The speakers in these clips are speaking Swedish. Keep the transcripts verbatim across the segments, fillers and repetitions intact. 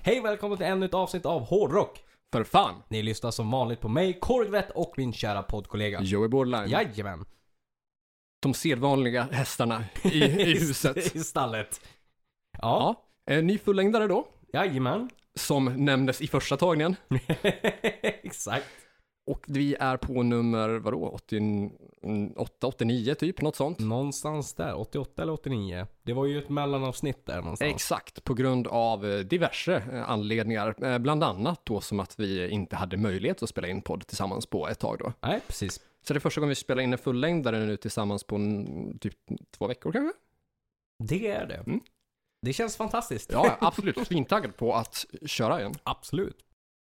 Hej, välkommen till ännu ett avsnitt av Hårdrock. För fan. Ni lyssnar som vanligt på mig, Korvett och min kära poddkollega Joey Borderline. Jajamän. De sedvanliga hästarna i, i huset. I stallet. Ja. Ja. En ny fullängdare då. Jajamän. Som nämndes i första tagningen. Exakt. Och vi är på nummer, vadå? åttioåtta, åttionio typ, något sånt. Någonstans där, åttioåtta eller åttionio. Det var ju ett mellanavsnitt där någonstans. Exakt, på grund av eh, diverse eh, anledningar. Eh, bland annat då som att vi inte hade möjlighet att spela in podd tillsammans på ett tag då. Nej, precis. Så det är första gången vi spelar in en fullängdare nu tillsammans på en, typ två veckor kanske? Det är det. Mm. Det känns fantastiskt. Ja, absolut. Svintaggad på att köra igen. Absolut.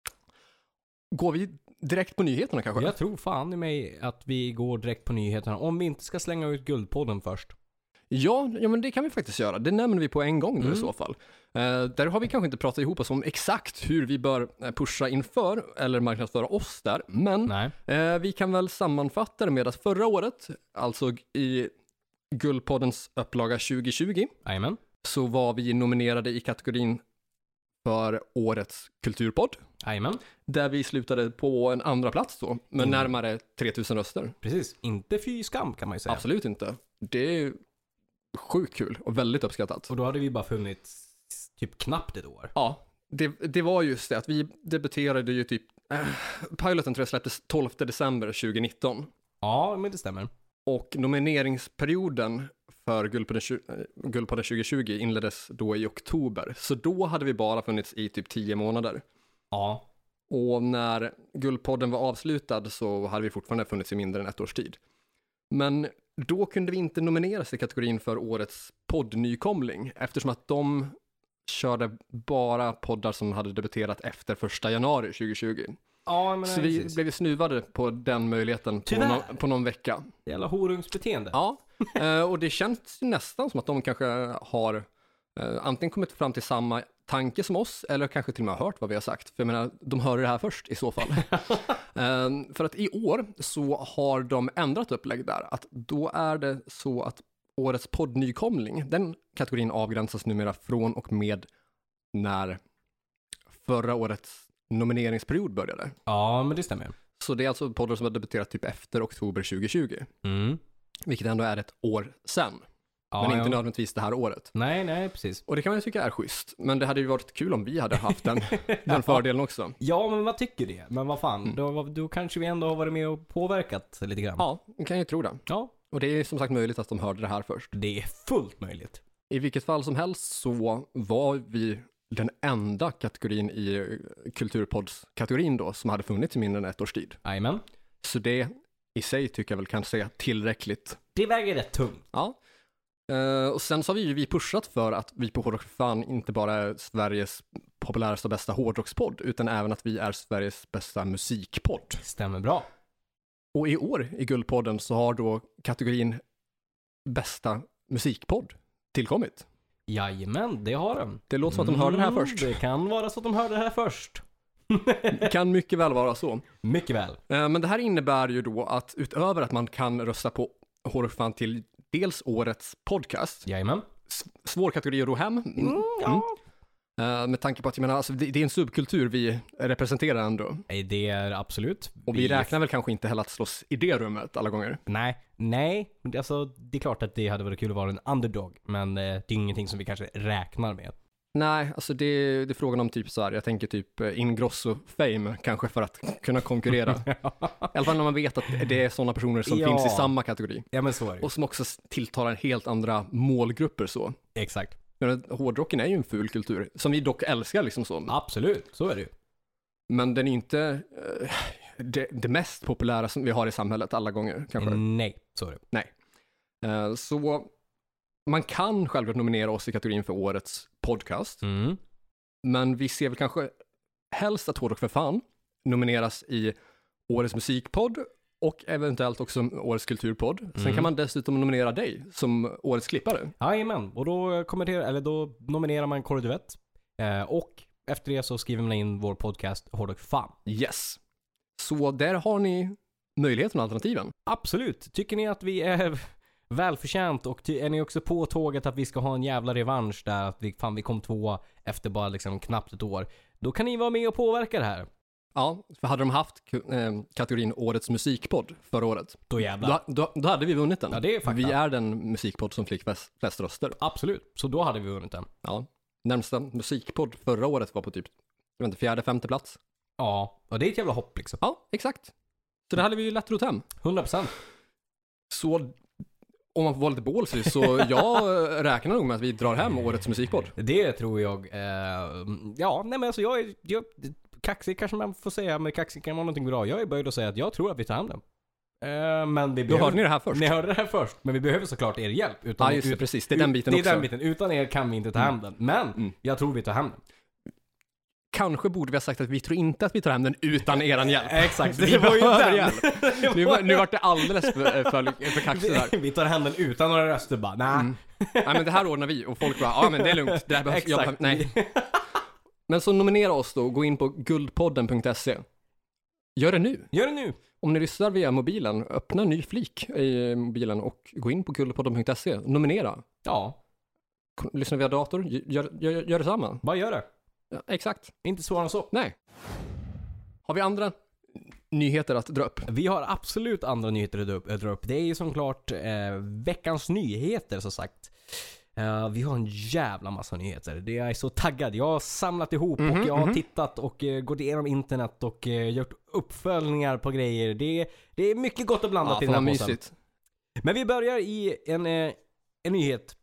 Går vi direkt på nyheterna kanske? Jag tror fan i mig att vi går direkt på nyheterna. Om vi inte ska slänga ut Guldpodden först. Ja, ja, men det kan vi faktiskt göra. Det nämner vi på en gång nu Mm. i så fall. Eh, där har vi kanske inte pratat ihop oss om exakt hur vi bör eh, pusha inför eller marknadsföra oss där. Men Nej. eh, vi kan väl sammanfatta det med att förra året, alltså i Guldpoddens upplaga tjugo tjugo, Jajamän. så var vi nominerade i kategorin för årets kulturpodd. Jajamän. Där vi slutade på en andra plats då, med Mm. närmare tre tusen röster. Precis. Inte fy skam kan man ju säga. Absolut inte. Det är sjukt kul och väldigt uppskattat. Och då hade vi bara funnits typ knappt ett år. Ja, det, det var just det att vi debuterade ju typ, äh, piloten tror jag släpptes tolfte december tjugonitton. Ja, men det stämmer. Och nomineringsperioden för Guldpodden, Guldpodden tjugo tjugo inleddes då i oktober. Så då hade vi bara funnits i typ tio månader. Ja. Och när Guldpodden var avslutad så hade vi fortfarande funnits i mindre än ett års tid. Men då kunde vi inte nomineras i kategorin för årets poddnykomling eftersom att de körde bara poddar som hade debuterat efter första januari tjugo tjugo. Ja, men Så nej, vi precis. blev snuvade på den möjligheten på, Tyvärr. no- på någon vecka. Jävla horungsbeteende. Ja, eh, och det känns nästan som att de kanske har eh, antingen kommit fram till samma tanke som oss eller kanske till och med hört vad vi har sagt. För jag menar, de hör det här först i så fall. eh, för att i år så har de ändrat upplägg där. Att då är det så att årets poddnykomling, den kategorin avgränsas numera från och med när förra årets nomineringsperiod började. Ja, men det stämmer. Så det är alltså poddar som har debuterat typ efter oktober tjugo tjugo. Mm. Vilket ändå är ett år sen. Ja, men inte ja. nödvändigtvis det här året. Nej, nej, precis. Och det kan man ju tycka är schysst. Men det hade ju varit kul om vi hade haft den, den fördelen också. Ja, men vad tycker det? Men vad fan, Mm. då, då kanske vi ändå har varit med och påverkat lite grann. Ja, man kan ju tro det. Ja, Och det är som sagt möjligt att de hörde det här först. det är fullt möjligt. I vilket fall som helst så var vi den enda kategorin i kulturpoddskategorin då som hade funnits i mindre än ett års tid. Jajamän. Så det i sig tycker jag väl kan säga tillräckligt. Det väger rätt tungt. Ja. Uh, och sen så har vi ju vi pushat för att vi på Hårdrock för fan inte bara är Sveriges populäraste och bästa hårdrockspodd utan även att vi är Sveriges bästa musikpodd. Stämmer bra. Och i år i Guldpodden så har då kategorin bästa musikpodd tillkommit. Jajamän, det har de. Det låter som att de hörde det här först. Det kan vara så att de hörde det här först. Det kan mycket väl vara så. Mycket väl. Uh, men det här innebär ju då att utöver att man kan rösta på Hårdrock för fan till dels årets podcast. Jajamän. S- svår kategori att ro hem. Mm. Mm, ja. Uh, med tanke på att jag menar, alltså, det, det är en subkultur vi representerar ändå. Nej, det är absolut. Och vi räknar väl kanske inte heller att slåss i det rummet alla gånger. Nej, nej. Alltså, det är klart att det hade varit kul att vara en underdog. Men eh, det är ingenting som vi kanske räknar med. Nej, alltså det, det är frågan om typ så här, jag tänker typ eh, Ingrosso fame kanske för att kunna konkurrera. I alla fall när man vet att det är sådana personer som Ja. finns i samma kategori. Ja, men så är det ju. Och som också tilltalar helt andra målgrupper så. Exakt. Men hårdrocken är ju en ful kultur, som vi dock älskar liksom så. Absolut, så är det ju. Men den är inte eh, det, det mest populära som vi har i samhället alla gånger kanske. Nej, så är det. Eh, så man kan självklart nominera oss i kategorin för årets podcast. Mm. Men vi ser väl kanske helst att Hårdrock för fan nomineras i årets musikpodd och eventuellt också årets kulturpodd. Sen Mm. kan man dessutom nominera dig som årets klippare. Jajamän, och då kommenterar, eller då nominerar man Korvett. Eh, och efter det så skriver man in vår podcast Hårdrock för fan. Yes. Så där har ni möjligheten och alternativen. Absolut. Tycker ni att vi är välförtjänt, och ty- är ni också på tåget att vi ska ha en jävla revansch där att vi, fan, vi kom två efter bara liksom knappt ett år, då kan ni vara med och påverka det här. Ja, för hade de haft eh, kategorin Årets musikpodd förra året, Då jävlar. då, då, då hade vi vunnit den. Ja, det är fakta. Vi är den musikpodd som fick flest, flest röster. Absolut, så då hade vi vunnit den. Ja. Närmsta musikpodd förra året var på typ jag vet inte, fjärde, femte plats. Ja, och det är ett jävla hopp liksom. Ja, exakt. Så det hade vi ju lätt rott hem. hundra procent. Så om man får vara lite bålsig, så jag räknar nog med att vi drar hem Årets musikpodd. Det tror jag. Eh, ja, nej men alltså jag är... Jag, kaxig kanske man får säga, men kaxig kan vara någonting bra. Jag är böjd att säga att jag tror att vi tar hem den. Eh, men vi Då behöver, hörde ni det här först. Ni hörde det här först, men vi behöver såklart er hjälp. Utan, Ja, just det, ut, precis. Det är den biten det är också. den biten. Utan er kan vi inte ta hem Mm. den. Men Mm. jag tror vi tar hem den. Kanske borde vi ha sagt att vi tror inte att vi tar hem den utan eran hjälp. Exakt, Vi det var ju behöver den. hjälp. Nu, var- nu vart det alldeles för, för, för kaxigt där. Vi, vi tar hem den utan några röster bara. Nej. Mm. Nej, men det här ordnar vi, och folk bara, ja men det är lugnt. Det här behövs, jag Exakt. behöver, nej. Men så nominera oss då, gå in på guldpodden punkt se. Gör det nu. Gör det nu. Om ni lyssnar via mobilen, öppna en ny flik i mobilen och gå in på guldpodden punkt se. Nominera. Ja, Lyssna via dator, gör, gör, gör detsamma. bara gör det. Ja, exakt. Inte svårare än så. Nej. Har vi andra nyheter att dra upp? Vi har absolut andra nyheter att dra upp. att dra upp. Det är ju såklart eh, veckans nyheter, så sagt. Eh, vi har en jävla massa nyheter. Det är jag så taggad. Jag har samlat ihop Mhm, och jag har mhm. tittat och eh, gått igenom internet och eh, gjort uppföljningar på grejer. Det, det är mycket gott och blandat i Ja, den fan här vad påsen. mysigt. Men vi börjar i en, eh, en nyhet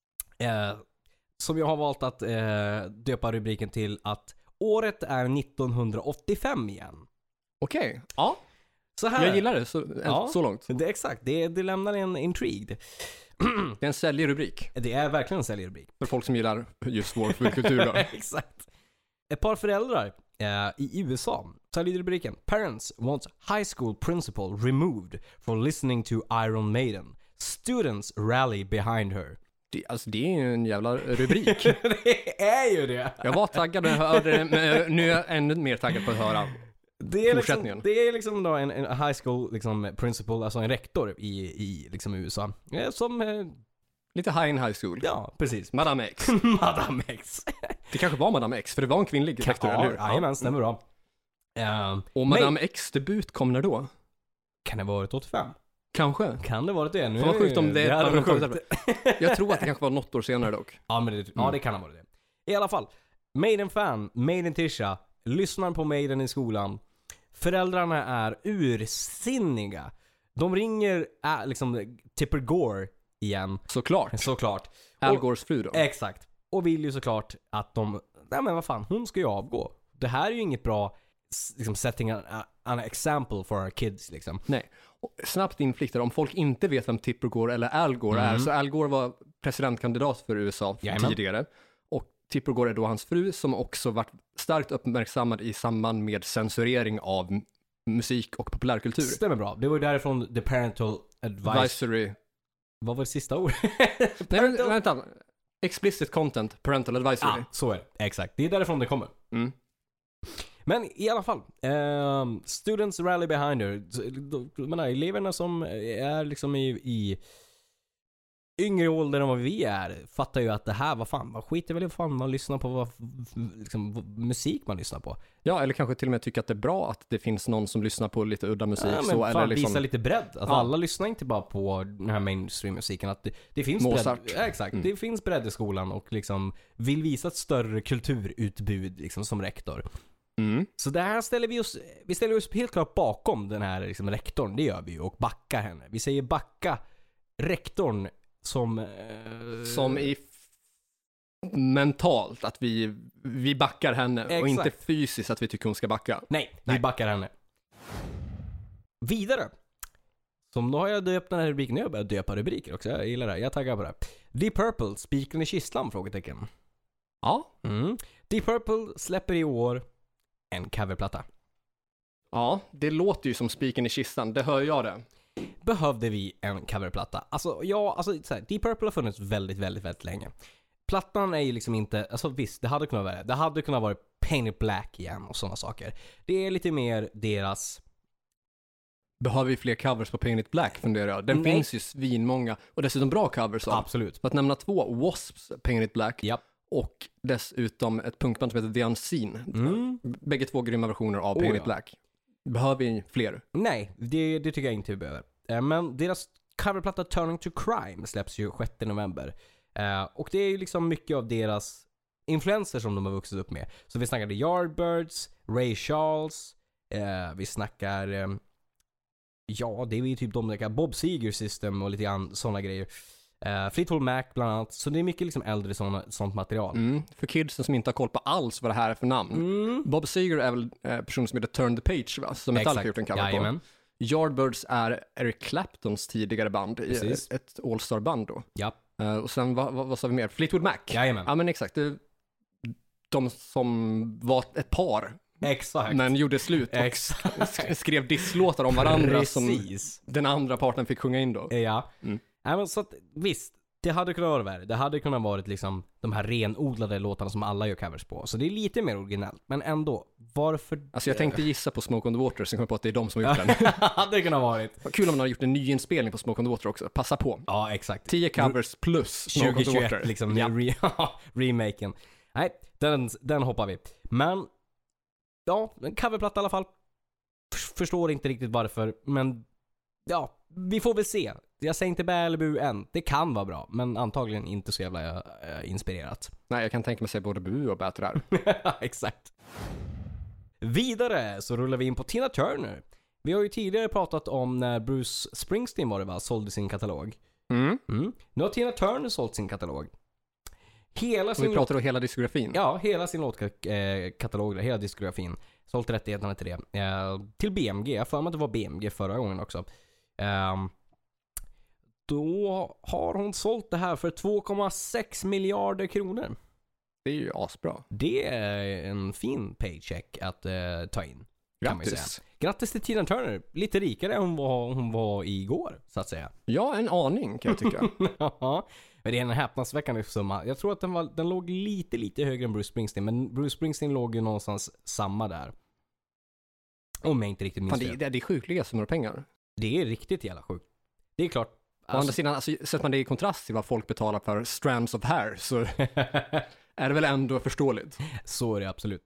eh, som jag har valt att eh, döpa rubriken till att året är nittonhundraåttiofem igen. Okej, ja. Så här. Jag gillar det så, Ja. så långt. Det är exakt, det, det lämnar en intrigued. Det är en säljig rubrik Det är verkligen en säljrubrik. för folk som gillar just vår fulkultur då. Exakt. Ett par föräldrar eh, i U S A, så här lyder rubriken: Parents want high school principal removed for listening to Iron Maiden. Students rally behind her. Det, alltså det är ju en jävla rubrik. Det är ju det. Jag var taggad när jag hörde det, men nu är jag ännu mer taggad på att höra. Det är liksom, Fortsättningen. det är liksom då en, en high school liksom, principal, alltså en rektor i, i liksom U S A. Eh, Som, eh, Lite high in high school. ja, precis. Madame X. Madame X. Det kanske var Madame X, för det var en kvinnlig rektor, eller hur? Ja, jajamän, stämmer bra. Eh, Och Madame X debut kom när då? kan det ha varit åttiofem? Kanske. Kan det ha varit det? Nu Fan vad sjukt om det- hade varit man- sjukt. Jag tror att det kanske var något år senare dock. Ja, men det, ja, Mm. det kan ha varit det. I alla fall. Maiden-fan, Maiden-Tisha, lyssnar på Maiden i skolan. Föräldrarna är ursinniga. De ringer äh, liksom Tipper Gore igen, Såklart. såklart. Al Och- Gores fru då. Exakt. Och vill ju såklart att de, nej men vad fan, hon ska ju avgå. Det här är ju inget bra s- liksom setting an, an example for our kids liksom. Nej. Och snabbt infliktade, om folk inte vet vem Tipper Gore eller Al Gore är, Mm. så Al Gore var presidentkandidat för U S A Jajamän. tidigare. Och Tipper Gore är då hans fru, som också varit starkt uppmärksammad i samband med censurering av m- musik och populärkultur. Stämmer bra. Det var ju därifrån the parental advice. Advisory. Vad var det sista ordet? Nej, men, vänta. Explicit content, parental advisory. Ja, så är det. Exakt. Det är därifrån det kommer. Mm. Men i alla fall. ehm, students rally behind her. Så, då- Jag menar, eleverna som är liksom i, i yngre ålder än vad vi är fattar ju att det här, vad fan, vad skiter väl i vad fan man lyssnar på, vad liksom, vad musik man lyssnar på. Ja, eller kanske till och med tycka att det är bra att det finns någon som lyssnar på lite udda musik. Ja, men så, fan, eller liksom, visa lite bredd. Alltså, Ja. alla lyssnar inte bara på den här mainstream-musiken. Att det, det finns Mozart. bredd. Ja, exakt. Mm. Det finns bredd i skolan och liksom vill visa ett större kulturutbud liksom, som rektor. Mm. Så där ställer vi oss, vi ställer oss helt klart bakom den här liksom, rektorn, det gör vi ju, och backar henne. Vi säger backa rektorn som... Eh, Som i f- mentalt, att vi, vi backar henne och Exakt. inte fysiskt att vi tycker hon ska backa. Nej, vi Nej. backar henne. Vidare. Som då har jag döpt den här rubriken, jag börjar döpa rubriker också, jag gillar det, jag taggar på det. Deep Purple, spiken i kistan? Frågetecken. Ja. Mm. Deep Purple släpper i år en coverplatta. Ja, det låter ju som spiken i kistan, det hör jag det. Behövde vi en coverplatta? Alltså, ja, alltså så här, Deep Purple har funnits väldigt, väldigt, väldigt länge. Plattan är ju liksom inte, alltså visst, det hade kunnat vara det. Det hade kunnat vara Paint It Black igen och sådana saker. Det är lite mer deras Behöver vi fler covers på Paint It Black, funderar jag. Den Nej. finns ju svinmånga och dessutom bra covers av. Absolut. För att nämna två, W A S Ps Paint It Black Japp. och dessutom ett punkband som heter The Unseen. Mm. Bägge två grymma versioner av Oh, Paint ja. It Black. Behöver vi fler? Nej, det, det tycker jag inte vi behöver. Eh, Men deras coverplatta Turning to Crime släpps ju sjätte november. Eh, och det är ju liksom mycket av deras influenser som de har vuxit upp med. Så vi snackar The Yardbirds, Ray Charles, eh, vi snackar eh, ja, det är ju typ de där Bob Seger System och lite grann sådana grejer. Uh, Fleetwood Mac bland annat. Så det är mycket liksom äldre såna, sånt material. Mm. För kidsen som inte har koll på alls vad det här är för namn. Mm. Bob Seger är väl eh, personen som heter Turn the Page, va? Som Metallica har gjort en cover på. Jajamän. Yardbirds är Eric Claptons tidigare band, i Precis. ett All-Star-band då. Ja. Uh, och sen, vad, vad, vad sa vi mer? Fleetwood Mac. Jajamän. Ja, men exakt. Det, de som var ett par, Exakt. men gjorde slut och Exakt. sk- skrev disslåtar om varandra som Precis. den andra parten fick sjunga in då. Ja. Mm. Nej, men så att, visst, det hade kunnat vara värre. Det hade kunnat vara liksom de här renodlade låtarna som alla gör covers på. Så det är lite mer originellt. Men ändå, varför... Alltså jag tänkte gissa på Smoke on the Water, sen kom jag på att det är de som har gjort den. hade kunnat varit. Vad kul om man har gjort en ny inspelning på Smoke on the Water också. Passa på. Ja, exakt. tio covers plus Smoke on the Water. tjugohundratjugoett liksom, Ja. re- remaken. Nej, den, den hoppar vi. Men, ja, en coverplatta i alla fall. F- Förstår inte riktigt varför, men ja, vi får väl se. Jag säger inte bä eller bu än. Det kan vara bra, men antagligen inte så jävla äh, inspirerat. Nej, jag kan tänka mig säga både bu och bä där. Exakt. Vidare så rullar vi in på Tina Turner. Vi har ju tidigare pratat om när Bruce Springsteen var det va, sålde sin katalog. Mm. Mm. Nu har Tina Turner sålt sin katalog. Hela Och sin vi pratar då hela diskografin. Ja, hela sin låtkatalog, hela diskografin. Sålt rättigheterna till det. Eh, till B M G. Jag för mig att det var B M G förra gången också. Eh, då har hon sålt det här för två komma sex miljarder kronor. Det är ju asbra. Det är en fin paycheck att eh, ta in. Kan man ju säga. Grattis. Grattis till Tina Turner. Lite rikare än hon var, hon var igår, så att säga. Ja, en aning kan jag tycka. Ja, men det är en häpnadsväckande summa. Jag tror att den, var, den låg lite, lite högre än Bruce Springsteen. Men Bruce Springsteen låg ju någonstans samma där. Om jag inte riktigt minns Fan, det, fel. det, det är sjukliga summor pengar. Det är riktigt jävla sjukt. Det är klart. Å andra sidan, alltså, sätter man det i kontrast till vad folk betalar för strands of hair, så är det väl ändå förståeligt. Så är det absolut.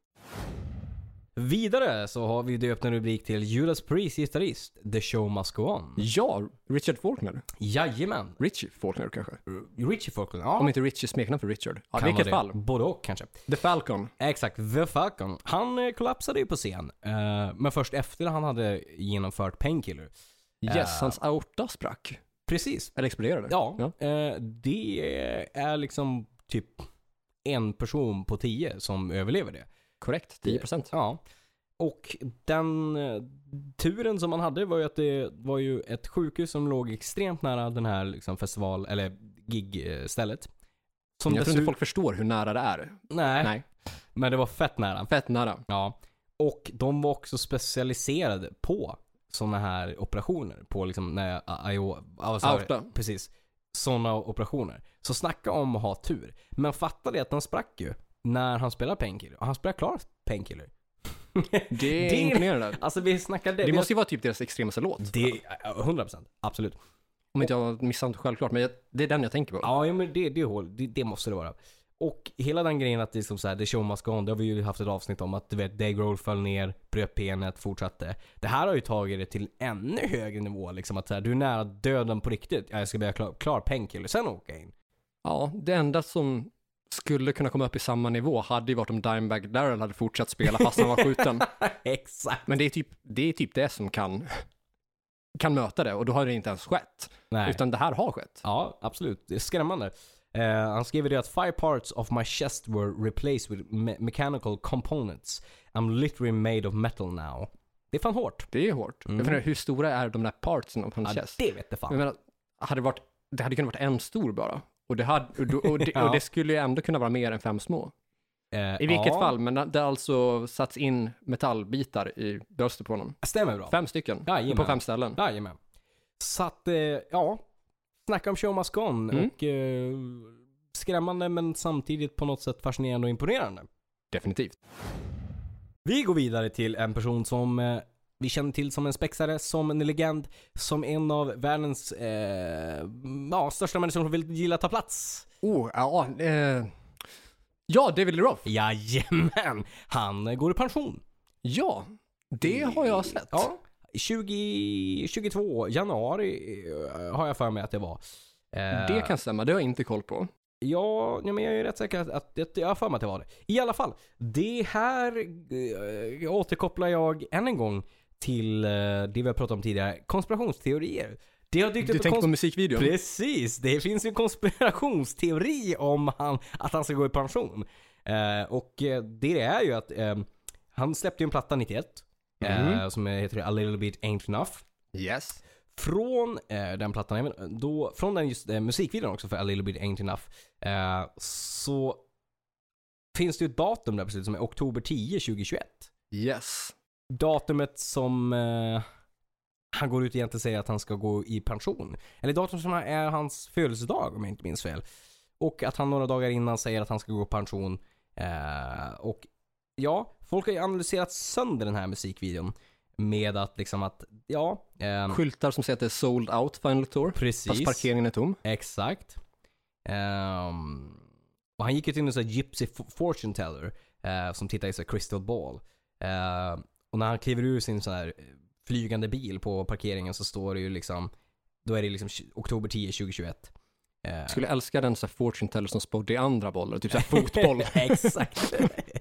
Vidare så har vi döpt en rubrik till Judas Priest gitarrist. The Show Must Go On. Ja, Richard Faulkner. Jajamän. Richie Faulkner kanske. Richie Faulkner. Ja, Om inte Richie smeknamn för Richard. Ja, kan vilket vara det. fall. Både och kanske. The Falcon. Exakt, The Falcon. Han eh, kollapsade ju på scen. Eh, men först efter han hade genomfört Painkiller. Yes, Eh, hans aorta sprack. Precis. Eller exploderade. Ja, ja. Eh, det är liksom typ en person på tio som överlever det. Korrekt, tio procent. Ja. Och den eh, turen som man hade var ju att det var ju ett sjukhus som låg extremt nära den här liksom festival eller gig-stället. Som Jag tror inte dessutom- folk förstår hur nära det är. Nej, Nej, men det var fett nära. fett nära. Ja. Och de var också specialiserade på sådana här operationer. På liksom när Io... Aorta. Precis. Sådana operationer. Så snacka om att ha tur. Men fatta det att han sprack ju när han spelade Painkiller. Och han spelade klart Painkiller. Det är Det är- imponerande. Alltså vi snackade... Det vi måste ju vara typ deras extremaste låt. Det är hundra procent. Absolut. Om inte jag har missat självklart, men jag, det är den jag tänker på. Ja, ja men det, det, är hål. det, det måste det vara. Och hela den grejen att det är som så här, The Show Must Go On, det har vi ju haft ett avsnitt om att du vet, Dave Grohl föll ner, bröt benet, fortsatte. Det här har ju tagit det till ännu högre nivå liksom att så här, du är nära döden på riktigt. Ja, jag ska bli klar, klar Painkiller, sen åka in. Ja, det enda som skulle kunna komma upp i samma nivå hade ju varit om Dimebag Darrell hade fortsatt spela fast han var skjuten. Exakt. Men det är typ det, är typ det som kan, kan möta det, och då har det inte ens skett. Nej. Utan det här har skett. Ja, absolut. Det är skrämmande. Uh, han skriver det att five parts of my chest were replaced with me- mechanical components. I'm literally made of metal now. Det är fan hårt. Det är hårt. Mm. Jag funderar, hur stora är de där partsen av hans Ja, chest? det vet det fan. Jag menar, hade det, varit, det hade kunnat vara en stor bara. Och det, hade, och, då- och, det, Ja. och det skulle ju ändå kunna vara mer än fem små. Uh, I vilket ja, fall, men det har alltså satts in metallbitar i bröstet på honom. Stämmer bra. Fem stycken. Jajamän. På fem ställen. Jajamän. Så att, eh, ja. Snacka om Show Must Go On. Mm. Och eh, skrämmande men samtidigt på något sätt fascinerande och imponerande. Definitivt. Vi går vidare till en person som eh, vi känner till som en spexare, som en legend, som en av världens eh, ja, största människor som vill gilla ta plats. Oh, ja, eh, ja, David Lee Roth. Jajamän, han går i pension. Ja, det har jag sett. Ja, tjugo tjugotvå januari eh, har jag för mig att det var. Eh, Det kan stämma, det har jag inte koll på. Ja, ja men jag är ju rätt säker att, att, att jag har för mig att det var det. I alla fall, det här äh, återkopplar jag än en gång till äh, det vi har pratat om tidigare, konspirationsteorier. Det har dykt Du upp tänkte kons- på musikvideon? Precis, det finns ju en konspirationsteori om han, att han ska gå i pension. Äh, och äh, det är ju att äh, han släppte ju en platta nittioett Mm. äh, som heter A Little Bit Ain't Enough. Yes. Från eh, den plattan, även då, från den just eh, musikvideon också för A Little Bit Ain't Enough, eh, så finns det ju ett datum där precis som är oktober tionde tjugohundratjugoett. Yes. Datumet som eh, han går ut och egentligen säger att han ska gå i pension. Eller datum som är hans födelsedag om jag inte minns fel. Och att han några dagar innan säger att han ska gå i pension. Eh, och ja, folk har ju analyserat sönder den här musikvideon. Med att liksom att, ja... Um, Skyltar som säger att det är sold out Final Tour. Precis. Fast parkeringen är tom. Exakt. Um, och han gick ju till en sån här gypsy fortune teller uh, som tittar i så här crystal ball. Uh, och när han kliver ur sin sån här flygande bil på parkeringen så står det ju liksom, då är det liksom oktober tionde tjugohundratjugoett. Uh, Jag skulle älska den så här fortune teller som spår i andra bollar, typ så här fotboll. Exakt.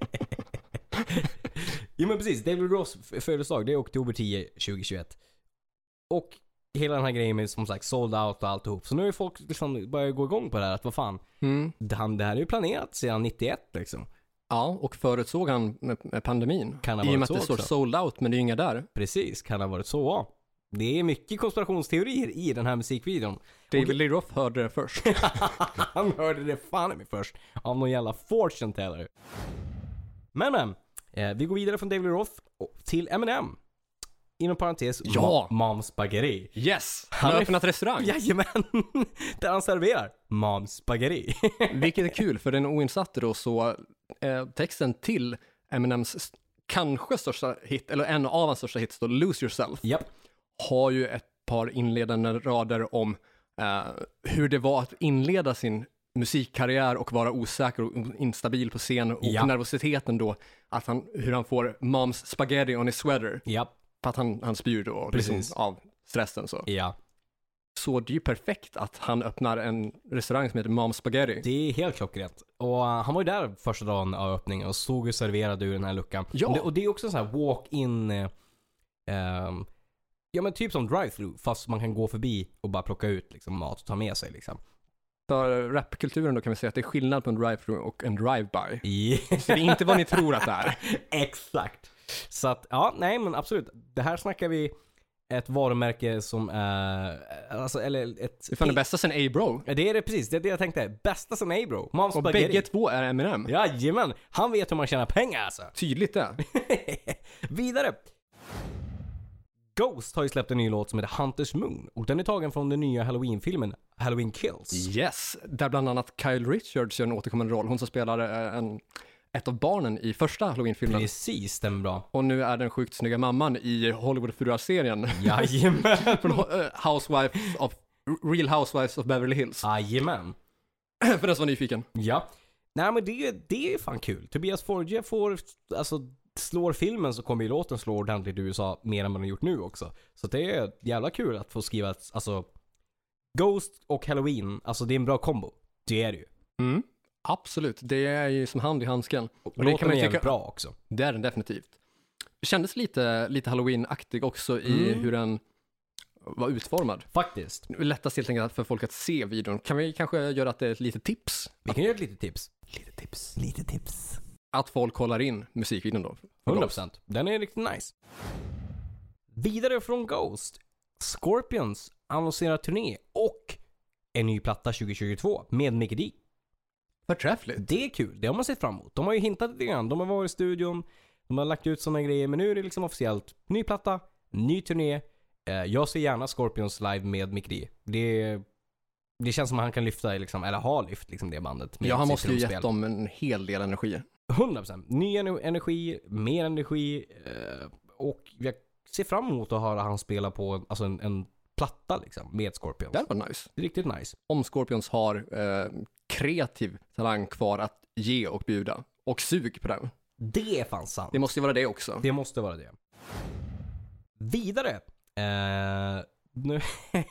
Jo men precis, David Roths födelsedag, det är oktober tionde tjugohundratjugoett. Och hela den här grejen med som sagt sold out och alltihop. Så nu är folk liksom börjar gå igång på det här att vad fan, Mm. det, han, det här är ju planerat sedan nittioett liksom. Ja, och förutsåg han med, med pandemin. Kan ha I och med varit att det så står också. sold out, men det är inga där. Precis, kan ha varit så. Ja. Det är mycket konspirationsteorier i den här musikvideon. David Lee Roth hörde det först. Han hörde det fan i mig först av någon jävla fortune teller. Men men, eh, vi går vidare från David Lee Roth till Eminem. Inom parentes, Ja. Ma- Mom's Spaghetti. Yes! Han Han har är- öppnat restaurang. Jajamän! Där han serverar Mom's Spaghetti. Vilket är kul, för den oinsatte då så eh, texten till Eminems s- kanske största hit, eller en av hans största hits då, Lose Yourself, Japp. har ju ett par inledande rader om eh, hur det var att inleda sin musikkarriär och vara osäker och instabil på scen och Ja. nervositeten då, att han, hur han får Mom's Spaghetti on his sweater, Japp. för att han, han spyr då liksom, Precis. av stressen så. Ja. Så det är ju perfekt att han öppnar en restaurang som heter Mom's Spaghetti. Det är helt klockrent. Och uh, han var ju där första dagen av öppningen och stod och serverade ur den här luckan. Ja. Och, det, och det är också en sån här walk-in... Uh, um, ja men typ som drive-thru, fast man kan gå förbi och bara plocka ut liksom, mat och ta med sig liksom. För rapkulturen då kan vi säga att det är skillnad på en drive-thru och en drive-by. I... Så det är inte vad ni tror att det är. Exakt. Så att, ja, nej men absolut. Det här snackar vi ett varumärke som är... Alltså, eller ett... Det är fan det bästa sen A-Bro. Ja, det är det precis. Det är det jag tänkte. Bästa som A-Bro. Mom's Och Spaghetti. bägge två är Eminem. Jajamän. Han vet hur man tjänar pengar alltså. Tydligt det. Vidare. Ghost har ju släppt en ny låt som heter Hunter's Moon. Och den är tagen från den nya Halloween-filmen Halloween Kills. Yes, där bland annat Kyle Richards gör en återkommande roll. Hon som spelar eh, en, ett av barnen i första Halloween-filmen. Precis, stämmer bra. Och nu är den sjukt snygga mamman i Hollywood-fruar-serien. Jajamän. Från eh, Housewives of, Real Housewives of Beverly Hills. Jajamän. För den som var nyfiken. Ja. Nej men det, det är fan kul. Tobias Forge får, alltså slår filmen så kommer ju låten slå ordentligt i U S A mer än man har gjort nu också. Så det är jävla kul att få skriva ett, alltså Ghost och Halloween, alltså det är en bra kombo. Det är det ju. Mm. Absolut, det är ju som hand i handsken. Och det låten kan man är ju jävligt tycka- bra också. Det är den definitivt. Det kändes lite, lite Halloween-aktig också i Mm. hur den var utformad. Faktiskt. Det är lättast helt enkelt för folk att se videon. Kan vi kanske göra att det är ett litet tips? Vi kan göra ett litet tips. Lite tips. Lite tips. Att folk kollar in musikvideon då. hundra procent. Den är riktigt nice. Vidare från Ghost. Scorpions annonserar turné och en ny platta tjugo tjugotvå med Mickey D. Förträffligt. Det är kul, det har man sett fram emot. De har ju hintat lite grann, de har varit i studion, de har lagt ut sådana grejer, men nu är det liksom officiellt. Ny platta, ny turné. Eh, jag ser gärna Scorpions live med Mick D. Det, det känns som att han kan lyfta, liksom, eller har lyft liksom, det bandet. Med Ja, han sitt måste ju trumspel. gett dem en hel del energi. hundra procent. Ny ener- energi, mer energi eh, och jag ser fram emot att höra han spela på alltså en, en platta liksom, med Scorpions. Det var nice. Det är riktigt nice. Om Scorpions har eh, kreativ talang kvar att ge och bjuda. Och sug på den. Det är fan sant. Det måste ju vara det också. Det måste vara det. Vidare. Eh, nu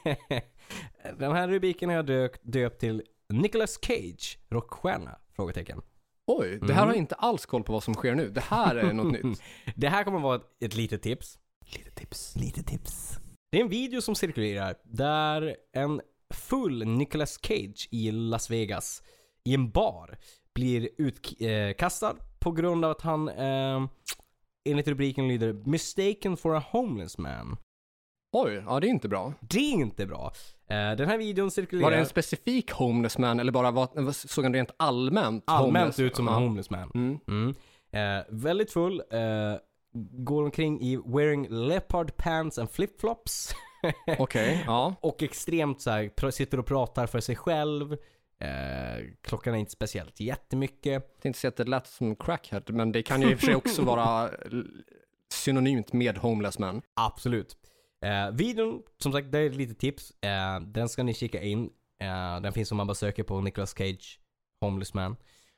den här rubriken har jag döpt, döpt till Nicolas Cage, rockstjärna? Frågetecken. Oj, det här har jag inte alls koll på vad som sker nu. Det här är något nytt. Det här kommer vara ett, ett litet tips. Lite tips, lite tips. Det är en video som cirkulerar där en full Nicolas Cage i Las Vegas i en bar blir utkastad på grund av att han eh, enligt rubriken lyder mistaken for a homeless man. Oj, ja det är inte bra. Det är inte bra. Eh, den här videon cirkulerar... Var det en specifik homeless man eller bara var, såg han rent allmänt Allmänt homeless? ut som ja. en homeless man. Mm. Mm. Eh, väldigt full. Eh, går omkring i wearing leopard pants and flip-flops. Okej, okay, ja. Och extremt så här, pr- sitter och pratar för sig själv. Eh, klockan är inte speciellt jättemycket. Jag tänkte säga att det lät som crackhead, men det kan ju i och för sig också vara synonymt med homeless man. Absolut. Eh, videon, som sagt, det är ett litet tips. Eh, den ska ni kika in. Eh, den finns om man bara söker på Nicolas Cage, homeless man.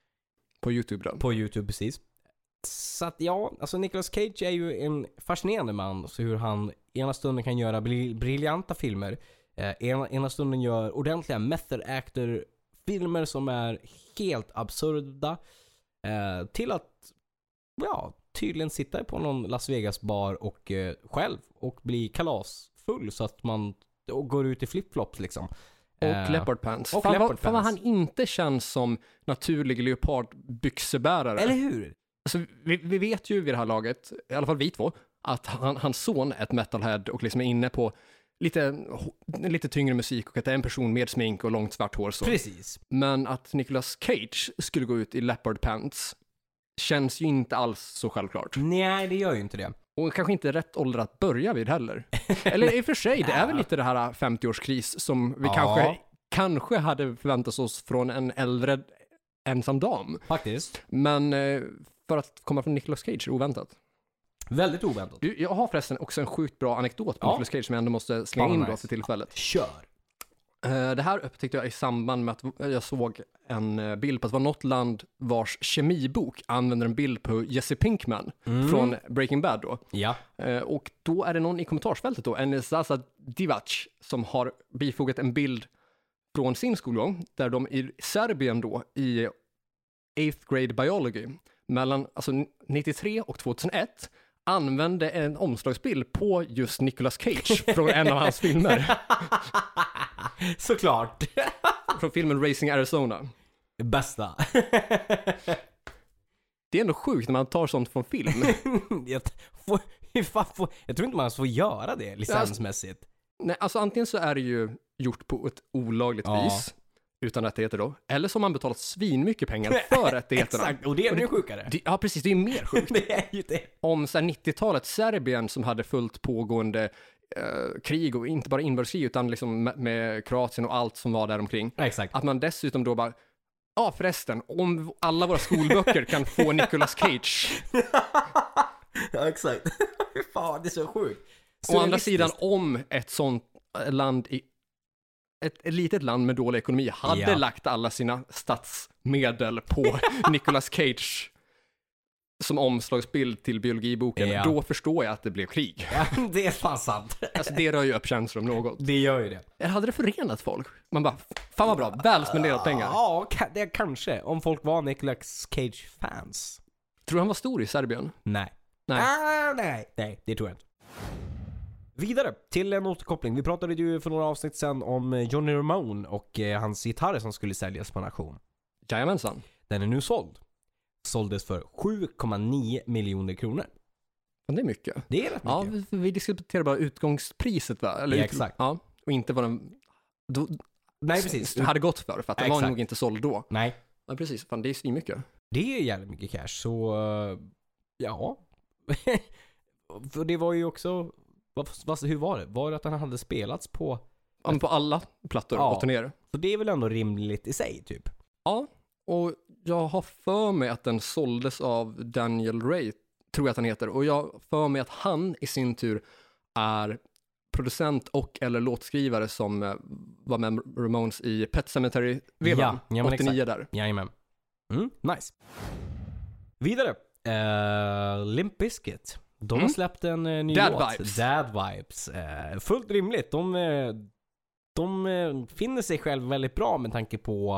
På YouTube då? På YouTube, precis. Så att ja, alltså Nicolas Cage är ju en fascinerande man. Så hur han ena stunden kan göra bri- briljanta filmer. Eh, ena, ena stunden gör ordentliga method actor filmer som är helt absurda. Eh, till att, ja, tydligen sitta på någon Las Vegas bar och eh, själv och bli kalasfull så att man och går ut i flipflops liksom. Och eh, leopard pants. Och fan, leopard vad, fan vad han inte känns som naturlig leopardbyxebärare. Eller hur? Alltså, vi, vi vet ju vid det här laget, i alla fall vi två, att han, hans son är ett metalhead och liksom är inne på lite, lite tyngre musik och att det är en person med smink och långt svart hår. Så. Precis. Men att Nicolas Cage skulle gå ut i leopard pants känns ju inte alls så självklart. Nej, det gör ju inte det. Och kanske inte rätt ålder att börja vid heller. Eller i och för sig, det är väl lite det här femtio-årskris som vi ja. kanske, kanske hade förväntat oss från en äldre ensam dam. Faktiskt. Men eh, för att komma från Nicolas Cage, oväntat. Väldigt oväntat. Du, jag har förresten också en sjukt bra anekdot på ja. Nicolas Cage som jag ändå måste slänga Fan, in nice. då för tillfället. Kör. Uh, det här upptäckte jag i samband med att jag såg en uh, bild på att det var något land vars kemibok använder en bild på Jesse Pinkman mm. från Breaking Bad då. Ja. Uh, och då är det någon i kommentarsfältet då, en Zaza Divac, som har bifogat en bild från sin skolgång där de i Serbien då i eighth grade biology mellan alltså nittiotre och tjugohundraett använde en omslagsbild på just Nicolas Cage från en av hans filmer. Såklart. Från filmen Racing Arizona. Det bästa. Det är ändå sjukt när man tar sånt från film. jag, får, får, jag tror inte man får göra det licensmässigt. Nej, alltså antingen så är det ju gjort på ett olagligt ja. vis. Utan rättigheter då. Eller så har man betalat svinmycket pengar för rättigheterna. Exakt, och det är och ju det, sjukare. Det, ja, precis. Det är mer sjukt. Det är ju det. Om så här nittiotalet Serbien som hade fullt pågående eh, krig och inte bara inbördeskrig utan liksom med, med Kroatien och allt som var där omkring. Ja, exakt. Att man dessutom då bara, ja förresten, om alla våra skolböcker kan få Nicolas Cage. Ja, exakt. Fan, det är så sjukt. Å andra sidan, om ett sånt land i Ett, ett litet land med dålig ekonomi hade ja. lagt alla sina statsmedel på Nicolas Cage som omslagsbild till biologiboken, ja. då förstår jag att det blev krig. Ja, det är fan sant. Alltså det rör ju upp känslor om något. Det gör ju det. Eller hade det förenat folk? Man bara, fan vad bra, väl spenderat pengar. Ja, det kanske. Om folk var Nicolas Cage-fans. Tror du han var stor i Serbien? Nej. Nej. Ah, nej. Nej, det tror jag inte. Vidare till en återkoppling. Vi pratade ju för några avsnitt sedan om Johnny Ramone och eh, hans gitarrer som skulle säljas på en auktion. Jajamensan. Den är nu såld. Såldes för sju komma nio miljoner kronor. Men det är mycket. Det är rätt Ja, mycket. vi, vi diskuterar bara utgångspriset va? Eller Ja, ut, exakt. Ja, och inte vad den då, Nej, precis. det hade gått för, för att den Exakt. var nog inte såld då. Nej. Ja, precis. Fan, det är så mycket. Det är jävligt mycket cash, så uh, ja. För det var ju också, vad, vad, hur var det? Var det att han hade spelats på? Ja, men på alla plattor Ja. och turnéer. Så det är väl ändå rimligt i sig, typ? Ja, och jag har för mig att den såldes av Daniel Ray tror jag att han heter. Och jag för mig att han i sin tur är producent och eller låtskrivare som eh, var med Ramones i Pet Sematary-vevan. Ja, ja, åttionio där. Jajamän. Mm, nice. Vidare. Uh, Limp Bizkit. De Mm. har släppt en uh, ny Dad låt. Vibes. Dad Vibes. Uh, fullt rimligt. De, uh, de uh, finner sig själv väldigt bra med tanke på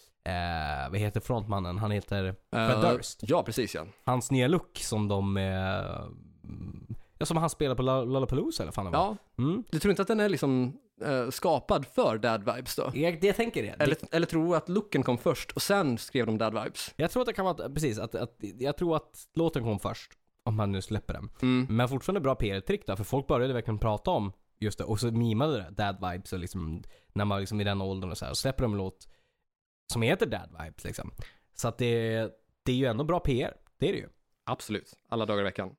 uh, vad heter frontmannen? Han heter Fred Uh, Durst. ja, precis ja. Hans nya look som de uh, ja, som han spelar på Lollapalooza eller fan det var. Ja, Mm. du tror inte att den är liksom eh, skapad för Dad Vibes då? Jag, det jag tänker det. Eller, det. eller tror du att looken kom först och sen skrev de Dad Vibes? Jag tror att det kan vara, precis, att, att, jag tror att låten kom först. Om man nu släpper den. Mm. Men fortfarande bra P R-trick där, för folk började verkligen prata om just det, och så mimade det, Dad Vibes, och liksom, när man liksom i den åldern och så här, och släpper de en låt som heter Dad Vibes liksom. Så att det, det är ju ändå bra P R, det är det ju. Absolut, alla dagar i veckan.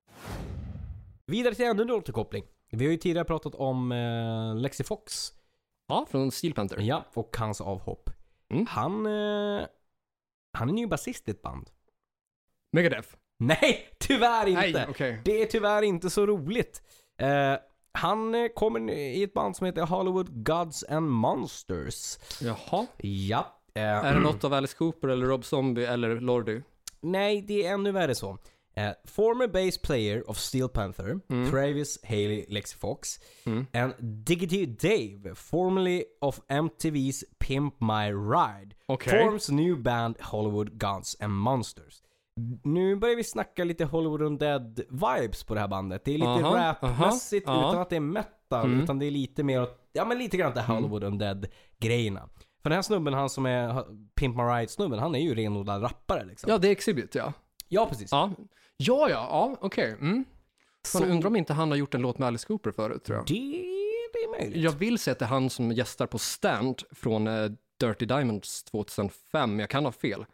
Vidare till ännu en återkoppling. Vi har ju tidigare pratat om eh, Lexi Fox. Ja, från Steel Panther. Ja, och hans avhopp. Mm. Han, eh, han är ju basist i ett band. Megadeth. Nej, tyvärr inte. Nej, okej. Det är tyvärr inte så roligt. Eh, han eh, kommer i ett band som heter Hollywood Gods and Monsters. Jaha. Ja. Eh, Är det något av Alice Cooper eller Rob Zombie eller Lordi? Nej, det är ännu värre så. Eh, former bass player of Steel Panther, Mm. Travis Haley Lexi Fox, Mm. and Diggity Dave, formerly of M T V's Pimp My Ride, Okej. forms new band Hollywood Gods and Monsters. Nu börjar vi snacka lite Hollywood Undead vibes på det här bandet. Det är lite Aha, rap-mässigt aha, ja. utan att det är metal, Mm. utan det är lite mer åt, ja men lite grann det Hollywood Undead-grejerna. För den här snubben, han som är Pimp My Ride-snubben, han är ju renodlad rappare liksom. Ja, det är Exhibit, ja. Ja, precis. Ja, ja, ja, ja okej. Mm. Så Man undrar om inte han har gjort en låt med Alice Cooper förut, tror jag. det, det är möjligt. Jag vill säga att det är han som gästar på Stand från eh, Dirty Diamonds tvåtusenfem. Jag kan ha fel.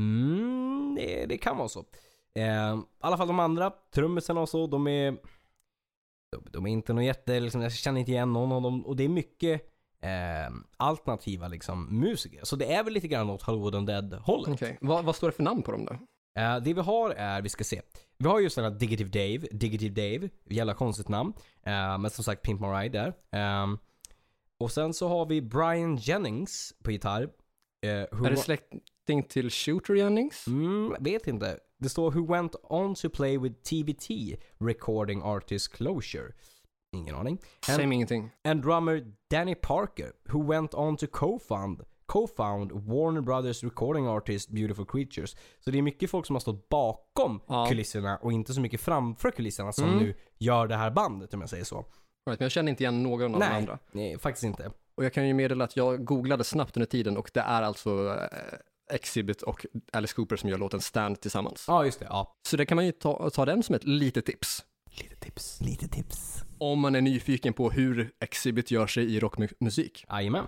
Mm, det, det kan vara så. Eh, I alla fall de andra, trummisarna och så, de är de, de är inte någon jätte, liksom, jag känner inte igen någon av dem, och det är mycket eh, alternativa liksom musiker. Så det är väl lite grann åt Hollywood Undead-hållet. Okej. Vad, vad står det för namn på dem då? Eh, det vi har är, vi ska se. Vi har just den här Digitive Dave, Digitive Dave, jävla konstigt namn. Eh, men som sagt Pimp My Ride där. Eh, och sen så har vi Brian Jennings på gitarr. Eh, who Är det släkting till Shooter Jennings? Mm, vet inte. Det står Who went on to play with T B T recording artist Closure. Ingen aning. Säg mig ingenting. And drummer Danny Parker, who went on to co-found co-found Warner Brothers recording artist Beautiful Creatures. Så det är mycket folk som har stått bakom Ja. kulisserna och inte så mycket framför kulisserna som Mm. nu gör det här bandet, om jag säger så. Right, men jag känner inte igen någon av de Nej, andra. nej, faktiskt inte. Och jag kan ju meddela att jag googlade snabbt under tiden och det är alltså eh, Exhibit och Alice Cooper som gör låten Stand tillsammans. Ja, just det. Ja. Så det kan man ju ta, ta den som ett litet tips. Lite tips, lite tips. Om man är nyfiken på hur Exhibit gör sig i rockmusik. Jajamän.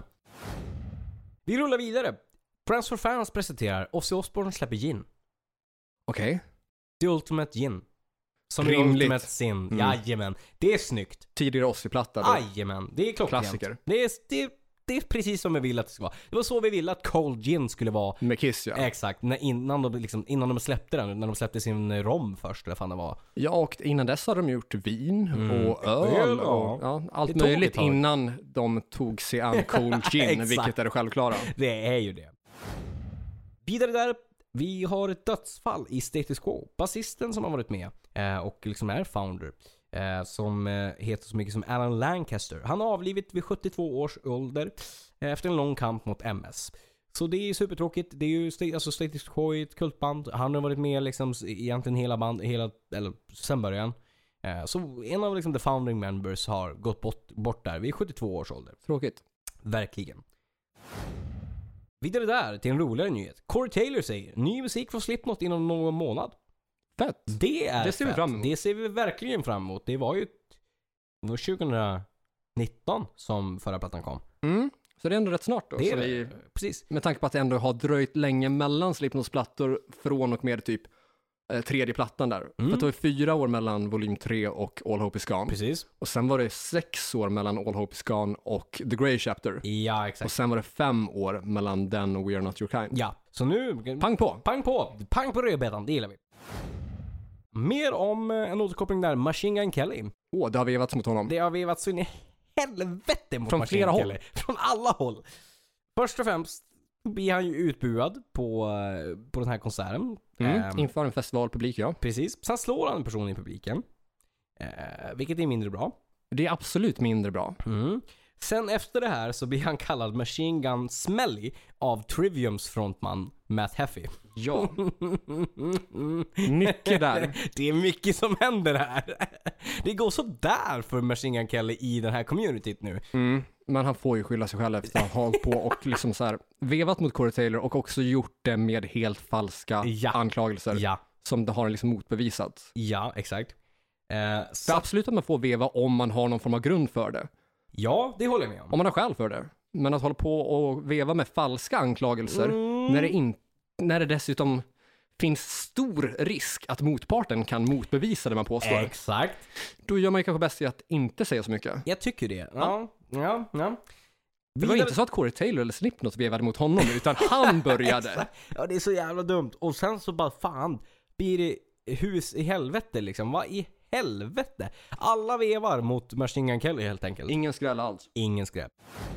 Vi rullar vidare. Friends for Fans presenterar Ozzy Osbourne släpper Gin. Okej. The Ultimate Gin. Som är Rimligt. Ultimate Sin. Mm. Jajamän. Det är snyggt. Tidigare Ozzy-platta då. Jajamän. Det är klockrent. Klassiker. Det är, det, det är precis som vi ville att det ska vara. Det var så vi ville att Cold Gin skulle vara. Med Kiss, ja. Exakt. När, innan, de, liksom, innan de släppte den. När de släppte sin rom först. Eller fan det var. Ja, och innan dess hade de gjort vin Mm. och öl Öl, och ja. ja, allt Det tog ett möjligt tag. innan de tog sig an Cold Gin, Exakt. vilket är det självklara. Det är ju det. Vidare där. Vi har ett dödsfall i Status Quo. Basisten som har varit med eh, och liksom är founder. Eh, som eh, heter så mycket som Alan Lancaster. Han har avlivit vid sjuttiotvå års ålder eh, efter en lång kamp mot M S. Så det är supertråkigt. Det är ju st- alltså Status Quo är ett kultband. Han har varit med liksom egentligen hela band, hela, eller sen början. Eh, så en av liksom the founding members har gått bort, bort där vid sjuttiotvå års ålder. Tråkigt. Verkligen. Vidare där till en roligare nyhet. Corey Taylor säger ny musik från Slipknot inom någon månad. Fett. Det är Det ser vi fett. fram emot. Det ser vi verkligen fram emot. Det var ju det var tjugonitton som förra plattan kom. Mm. Så det är ändå rätt snart då. Det är så det. vi, Precis. med tanke på att det ändå har dröjt länge mellan Slipknots plattor från och med typ eh, tredje plattan där. Mm. För att det var fyra år mellan volym tre och All Hope Is Gone. Precis. Och sen var det sex år mellan All Hope Is Gone och The Grey Chapter. Ja, Och exakt. sen var det fem år mellan den och We Are Not Your Kind. Ja, så nu Pang på! pang på. Pang på rödbetan, det gillar vi. Mer om eh, en återkoppling där. Machine Gun Kelly. Åh, oh, det har vevats mot honom. Det har vevats så in i helvete mot Från Machine flera Gun håll. Kelly. Från alla håll. Först och främst blir han ju utbuad på, eh, på den här konserten. Mm, Ehm, inför en festivalpublik, ja. Precis. Sen slår han en person i publiken. Eh, vilket är mindre bra. Det är absolut mindre bra. Mm. Sen efter det här så blir han kallad Machine Gun Smelly av Triviums frontman Matt Heffy. Ja. Mycket där. Det är mycket som händer här. Det går så där för Machine Gun Kelly i den här communityt nu. Mm. Men han får ju skylla sig själv efter att ha hållit på och liksom så här vevat mot Corey Taylor och också gjort det med helt falska Ja. anklagelser Ja, som det har liksom motbevisat. ja, exakt. Eh, För så, absolut att man får veva om man har någon form av grund för det. ja, det håller jag med om. Om man har skäl för det. Men att hålla på och veva med falska anklagelser Mm. när, det in, när det dessutom finns stor risk att motparten kan motbevisa det man påstår. Exakt. Då gör man ju kanske bäst i att inte säga så mycket. Jag tycker det. Ja, ja, ja. Det var inte så att Corey Taylor eller Slipknot vevade mot honom, utan han började. Ja, det är så jävla dumt. Och sen så bara, fan, blir det hus i helvete liksom. Vad i helvete? Alla vevar mot Machine Gun Kelly helt enkelt. Ingen skräll alls. Ingen skräp.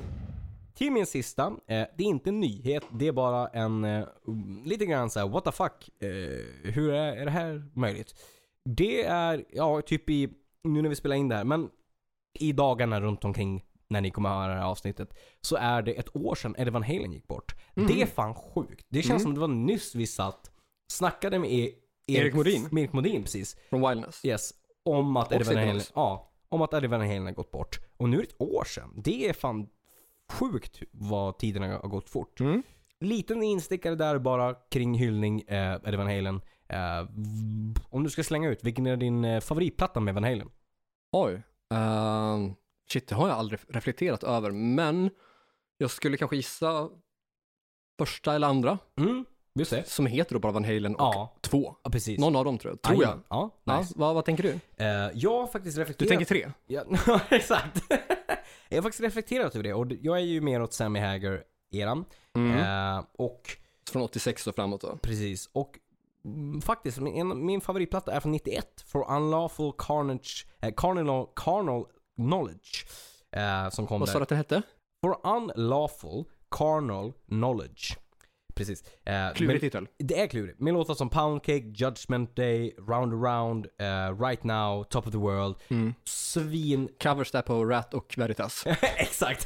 Till min sista, eh, det är inte en nyhet, det är bara en eh, lite grann så här, what the fuck, eh, hur är, är det här möjligt? Det är, ja, typ i, nu när vi spelar in det här, men i dagarna runt omkring när ni kommer att höra det här avsnittet, så är det ett år sedan Eddie Van Halen gick bort. Mm. Det är fan sjukt. Det känns Mm. som det var nyss vi satt, snackade med e- Erik Modin. med Erik Modin, precis. Från Wildness. Yes, om att Eddie Van Halen, Signals. ja, om att Eddie Van Halen har gått bort. Och nu är det ett år sedan. Det är fan sjukt vad tiden har gått fort. Mm. Liten instickare där bara kring hyllning eh, Eddie Van Halen. Eh, v- om du ska slänga ut, vilken är din eh, favoritplatta med Van Halen? Oj. Uh, shit, det har jag aldrig reflekterat över. Men jag skulle kanske gissa första eller andra. Mm, just det. Som heter då bara Van Halen och Ja, två. ja, precis. Någon av dem tror jag. Tror jag. Jajamän. Ja, Ja, nice. vad, vad tänker du? Eh, jag har faktiskt Du reflekterat... tänker tre? Ja, exakt. Jag har faktiskt reflekterat över det. Och jag är ju mer åt Sammy Hagar-eran. Mm. Eh, och Från åttiosex och framåt då. precis. Och mm, faktiskt, min, en, min favoritplatta är från nittioett. For Unlawful Carnage, eh, Carnal, Carnal Knowledge. Eh, som kom Vad där. sa du att det hette? For Unlawful Carnal Knowledge. Precis. Eh, Klurig men- titel. Det är klurigt. Med låtar som Pound Cake, Judgment Day, Round Around, uh, Right Now, Top of the World. Mm. Svin... Covers där på Rat och Veritas. Exakt.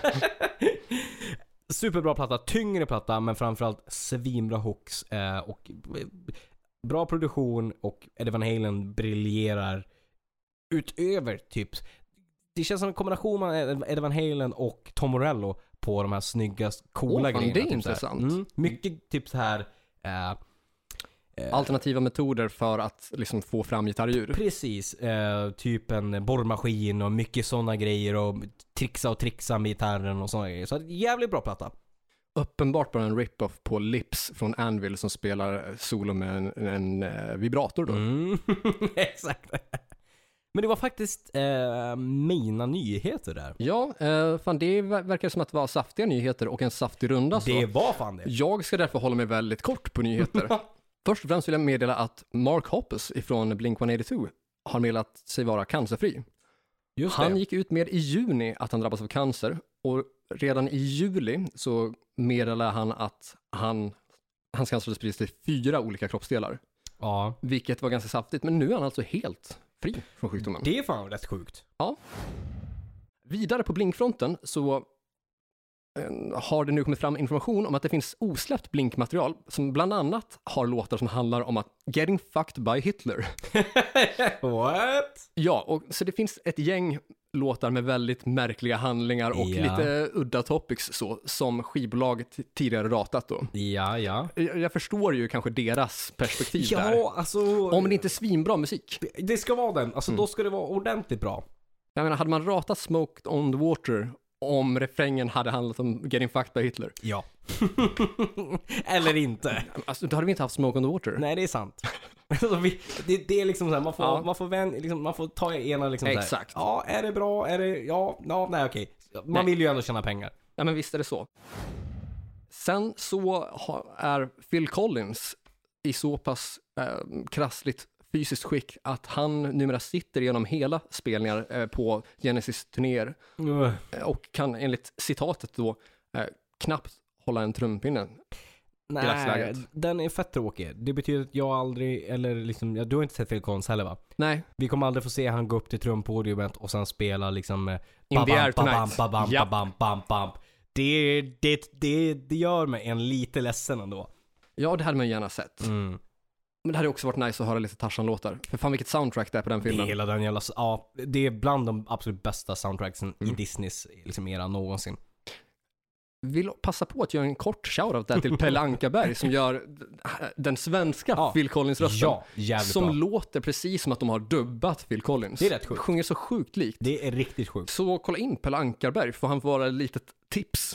Superbra platta, tyngre platta, men framförallt svinbra hooks eh, och eh, bra produktion, och Eddie Van Halen briljerar utöver typ. Det känns som en kombination mellan Eddie Van Halen och Tom Morello på de här snygga, coola Åh, fan, grejerna. det är typ så här. intressant. Mm, mycket typ så här eh, eh, Alternativa metoder för att liksom få fram gitarrljud. precis, eh, typ en borrmaskin och mycket sådana grejer, och trixa och trixa med gitarren och sådana grejer. Så jävligt bra platta. Uppenbart bara en rip-off på Lips från Anvil som spelar solo med en, en, en vibrator då. Mm. Exakt. Men det var faktiskt eh, mina nyheter där. Ja, eh, fan det ver- verkar som att det var saftiga nyheter och en saftig runda. Så. Det var fan det. Jag ska därför hålla mig väldigt kort på nyheter. Först och främst vill jag meddela att Mark Hoppus ifrån Blink one eighty-two har meddelat sig vara cancerfri. Just Han det. gick ut med i juni att han drabbas av cancer och redan i juli så meddelade han att han, hans cancer hade spridits till fyra olika kroppsdelar. Ja. Vilket var ganska saftigt, men nu är han alltså helt fri från sjukdomen. Det är fan rätt sjukt. Vidare på Blinkfronten så eh, har det nu kommit fram information om att det finns osläppt Blink-material som bland annat har låtar som handlar om att getting fucked by Hitler. What? Ja, och så det finns ett gäng låtar med väldigt märkliga handlingar och Ja. lite udda topics så, som skivbolaget tidigare ratat då. Ja, ja. Jag, jag förstår ju kanske deras perspektiv där. Ja, alltså... Om det inte är svinbra musik. Det, det ska vara den. Alltså Mm. då ska det vara ordentligt bra. Jag menar, hade man ratat Smoked on the Water om refrängen hade handlat om getting fucked by Hitler? Ja. Eller inte. Alltså, då hade vi inte haft Smoke on the Water. Nej, det är sant. Alltså, vi, det, det är liksom så här, man får, Ja. man får, vän, liksom, man får ta ena liksom så här. Exakt. Ja, är det bra? Är det, ja, ja, nej okej. Man Nej. vill ju ändå tjäna pengar. Ja, men visst är det så. Sen så ha- är Phil Collins i så pass eh, krassligt fysiskt skick att han numera sitter genom hela spelningar eh, på Genesis-turnéer Uh. eh, och kan enligt citatet då eh, knappt hålla en trumpinne. Nej, dagsläget. den är fett tråkig. Det betyder att jag aldrig, eller liksom, ja, du har inte sett Phil Collins heller va? Nej. Vi kommer aldrig få se han gå upp till trumpodiumet och sen spela liksom eh, In the air tonight. Bam, bam, Japp. bam, bam, bam. Det, det, det, det gör mig en lite ledsen ändå. Ja, det hade man gärna sett. Mm. Men det hade också varit nice att höra lite Tarzan-låtar. För fan vilket soundtrack det är på den Det är filmen. hela den jävla, ja, det är bland de absolut bästa soundtracksen Mm. i Disneys liksom era någonsin. Vill passa på att göra en kort shoutout där till Pelle Ankarberg som gör den svenska Ja. Phil Collins-rösten. Ja, jävligt Som bra. låter precis som att de har dubbat Phil Collins. Det är rätt sjukt. Sjunger så sjukt likt. Det är riktigt sjukt. Så kolla in Pelle Ankarberg för han får vara ett litet tips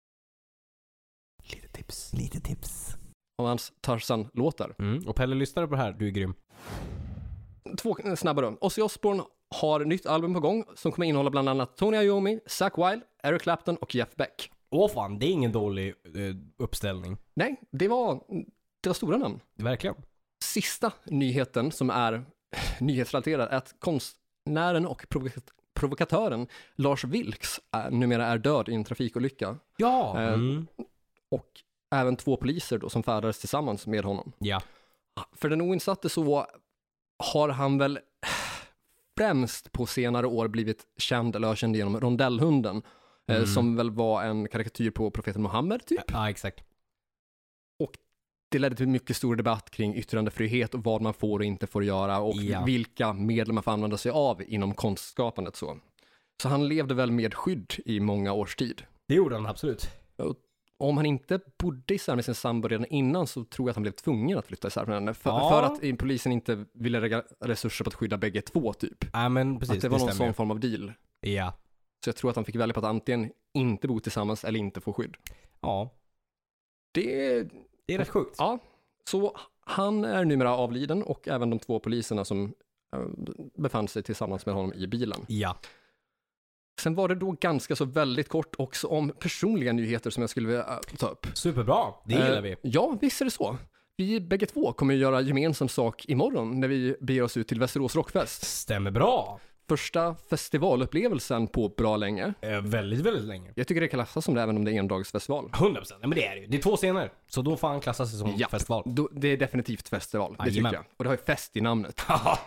Lite tips, lite tips. om hans Tarzan-låtar. Mm. Och Pelle, lyssnar på det här, du är grym. Två snabba då. Ozzy Osbourne har nytt album på gång som kommer innehålla bland annat Tony Iommi, Zakk Wylde, Eric Clapton och Jeff Beck. Åh fan, det är ingen dålig eh, uppställning. Nej, det var, det var stora namn. Verkligen. Sista nyheten som är nyhetsrelaterad är att konstnären och provokat- provokatören Lars Vilks är, numera är död i en trafikolycka. Ja. Eh, Mm. Och även två poliser då som färdades tillsammans med honom. Ja. För den oinsatte så har han väl främst på senare år blivit känd eller ökänd genom Rondellhunden. eh, Mm. Som väl var en karikatyr på profeten Muhammed typ. Ja, exakt. Det ledde till mycket stor debatt kring yttrandefrihet och vad man får och inte får göra och Ja. vilka medel man får använda sig av inom konstskapandet. Så. så han levde väl med skydd i många års tid. Det gjorde han absolut. Om han inte bodde isär med sin sambo redan innan så tror jag att han blev tvungen att flytta isär från henne. För, Ja. för att i- polisen inte ville lägga resurser på att skydda bägge två typ. Ja, men precis. att det var någon stämmer. sån form av deal. Ja. Så jag tror att han fick välja på att antingen inte bo tillsammans eller inte få skydd. Ja. Det Det är rätt sjukt. Ja, så han är numera avliden och även de två poliserna som eh, befann sig tillsammans med honom i bilen. Ja. Sen var det då ganska så väldigt kort också om personliga nyheter som jag skulle vilja eh, ta upp. Superbra. Det gillar Eh, vi. Ja, visst är det så. Vi bägge två kommer att göra gemensam sak imorgon när vi beger oss ut till Västerås Rockfest. Stämmer bra. Första festivalupplevelsen på bra länge. Eh, väldigt, väldigt länge. Jag tycker det klassas som det även om det är en dagsfestival. hundra procent. Ja, men det är det ju. Det är två scener. Så då får han klassa sig som Ja. festival. Då, det är definitivt festival, det Jajamän. tycker jag. Och det har ju fest i namnet.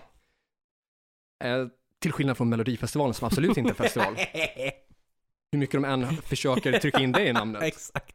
Eh, till skillnad från Melodifestivalen som absolut inte är festival. Hur mycket de än försöker trycka in det i namnet. Exakt.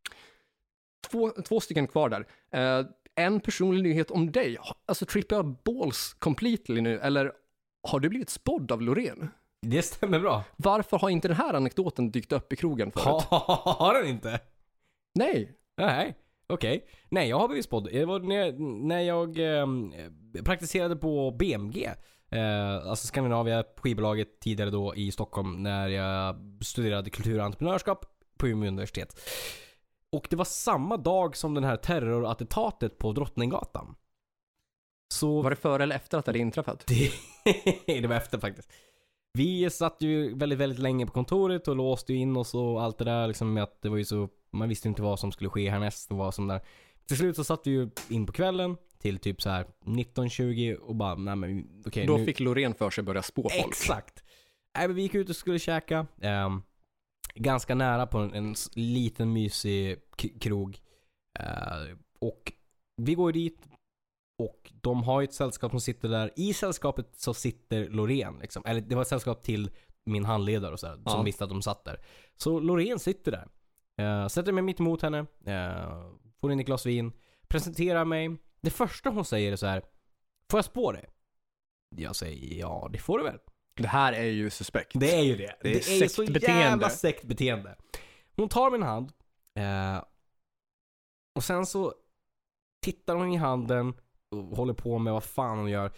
Två, två stycken kvar där. Eh, en personlig nyhet om dig. Alltså trippar jag balls completely nu? Eller har du blivit spådd av Loreen? Det stämmer bra. Varför har inte den här anekdoten dykt upp i krogen förut? Har den inte? Nej. Nej. Okej. Nej, jag har blivit spådd. Det var när jag, när jag eh, praktiserade på B M G. Eh, alltså Skandinavia skivbolaget tidigare då i Stockholm när jag studerade kultur och entreprenörskap på Umeå universitet. Och det var samma dag som den här terrorattentatet på Drottninggatan. Så Var det före eller efter att det hade inträffat? det, det var efter faktiskt. Vi satt ju väldigt, väldigt länge på kontoret och låste in oss och allt det där liksom med att det var ju så, man visste inte vad som skulle ske härnäst och vad som där. Till slut så satt vi ju in på kvällen till typ så här nitton tjugo och bara, nej men okej. Okay, Då nu... fick Loreen för sig börja spå folk. Exakt. Nej, men vi gick ut och skulle käka. Um, ganska nära på en, en s- liten mysig k- krog. Uh, och vi går dit och de har ju ett sällskap som sitter där. I sällskapet så sitter Loreen liksom. Eller det var ett sällskap till min handledare och så här, Ja. som visste att de satt där. Så Loreen sitter där. Uh, sätter mig mitt emot henne. Uh, får in ett glas vin. Presenterar mig. Det första hon säger är så här: får jag spå det? Jag säger ja, det får du väl. Det här är ju suspekt. Det är ju det. Det är ju så sektbeteende. jävla sektbeteende. Hon tar min hand eh, och sen så tittar hon i handen och håller på med vad fan hon gör.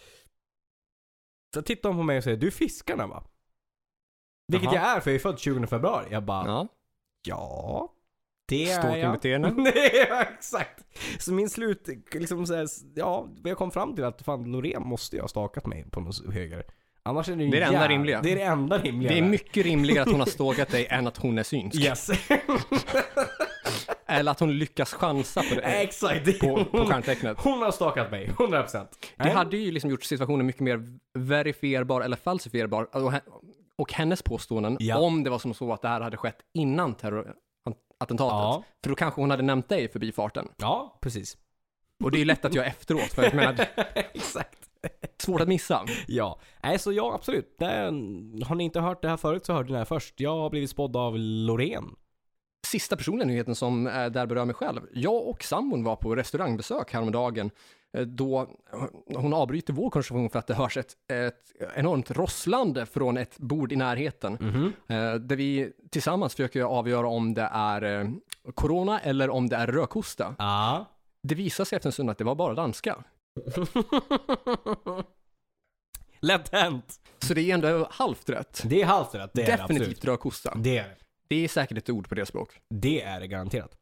Så tittar hon på mig och säger: du är Fiskarna va? Vilket Jaha. jag är, för jag är född tjugonde februari. Jag bara, ja, Ja. det är jag. Stalkingbeteende. Nej, ja, exakt. Så min slut, liksom så här, ja, jag kom fram till att fan, Loreen måste ju ha stakat mig på något högre. Annars är det ju Det är det enda jävla- rimliga. Det är det enda rimliga. Det är där. mycket rimligare att hon har stågat dig än att hon är synsk. Yes. Eller att hon lyckas chansa på det. Exakt. På, på stjärntecknet. Hon har stakat mig, hundra procent. Det hade ju liksom gjort situationen mycket mer verifierbar eller falsifierbar. Och, och hennes påståenden, ja. om det var som så att det här hade skett innan terrorattentatet. Ja. För då kanske hon hade nämnt dig förbi farten. Ja, precis. Och det är ju lätt att göra efteråt, för jag menar, exakt. Svårt att missa. Ja, nej så ja, absolut. Det, har ni inte hört det här förut så hörde ni det här först. Jag har blivit spådd av Loreen. Sista personliga nyheten som är där berör mig själv. Jag och sambon var på restaurangbesök häromdagen då hon avbryter vår konversation för att det hörs ett, ett enormt rosslande från ett bord i närheten. Mm-hmm. Där vi tillsammans försöker avgöra om det är corona eller om det är rökhosta. Ah. Det visar sig efter en stund att det var bara danska. Lätt hänt. Så det är ändå halvt rätt. Det är halvt rätt, det är definitivt det, rökhosta. Det är det. Det är säkert ett ord på det språk. Det är det garanterat.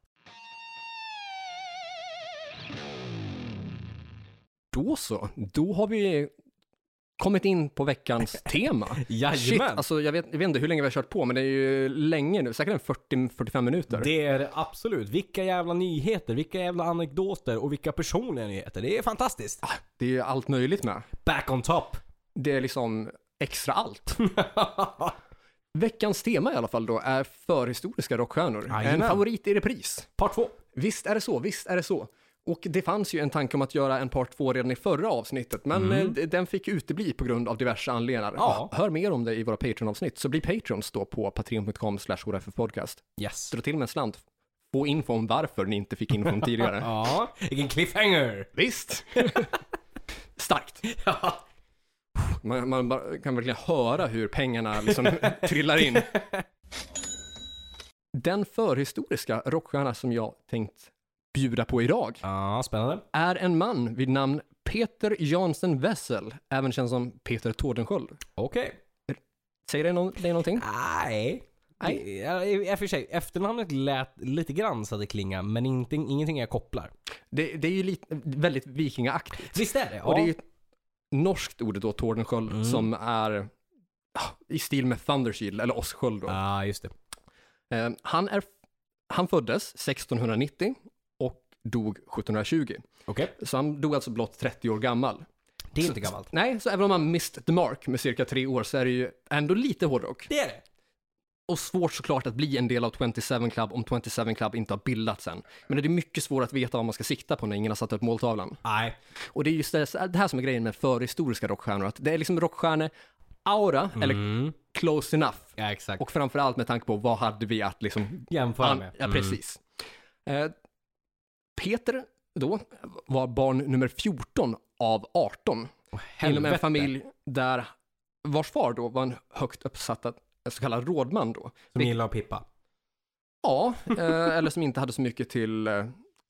Då så, då har vi kommit in på veckans tema. Jajamän. Shit, alltså jag vet, jag vet inte hur länge vi har kört på, men det är ju länge nu, säkert fyrtio till fyrtiofem minuter. Det är det absolut. Vilka jävla nyheter, vilka jävla anekdoter och vilka personliga nyheter. Det är fantastiskt. Ah, det är allt möjligt med. Back on top. Det är liksom extra allt. Veckans tema i alla fall då är förhistoriska rockstjärnor. Jajamän. En favorit i repris. Part två. Visst är det så, visst är det så. Och det fanns ju en tanke om att göra en part två redan i förra avsnittet, men mm. den fick utebli på grund av diverse anledningar. Ja. Hör mer om det i våra Patreon-avsnitt, så bli Patrons då på patreon punkt com slash h r f podcast. Yes. Dra till med en slant. Få info om varför ni inte fick info om tidigare. Ja, vilken cliffhanger. Visst. Starkt. Ja. Man, man bara, kan verkligen höra hur pengarna liksom trillar in. Den förhistoriska rockstjärna som jag tänkt bjuda på idag ja, spännande. är en man vid namn Peter Jansen Wessel, även känd som Peter Tordenskjöld. Okej. Okay. Säger det, no- det någonting? Nej. Nej. I och för sig, efternamnet lät lite grann så det klingar, men ingenting, ingenting jag kopplar. Det, det är ju lite, väldigt vikingaaktigt. Visst är det? Ja. Och det är ju ett norskt ord då, Tordenskjöld, mm. som är i stil med Thundershield, eller Åsköld då. Ja, ah, just det. Eh, han, är, han föddes sextonhundranittio och dog sjuttonhundratjugo. Okej. Okay. Så han dog alltså blott trettio år gammal. Det är så, inte gammalt. Nej, så även om han missed the mark med cirka tre år så är det ju ändå lite hårdrock. Det är det. Och svårt såklart att bli en del av tjugosju Club om tjugosju Club inte har bildats än. Men det är mycket svårt att veta vad man ska sikta på när ingen har satt upp måltavlan. Nej. Och det är just det, det här som är grejen med förhistoriska rockstjärnor. Att det är liksom rockstjärnor aura, mm. eller close enough. Ja, exakt. Och framförallt med tanke på vad hade vi att liksom jämföra med. Ja, precis. Mm. Eh, Peter då var barn nummer fjorton av arton. Oh, inom en familj där vars far då var en högt uppsatt så kallad rådman då. Som gillar att pippa. Ja, eh, eller som inte hade så mycket till eh,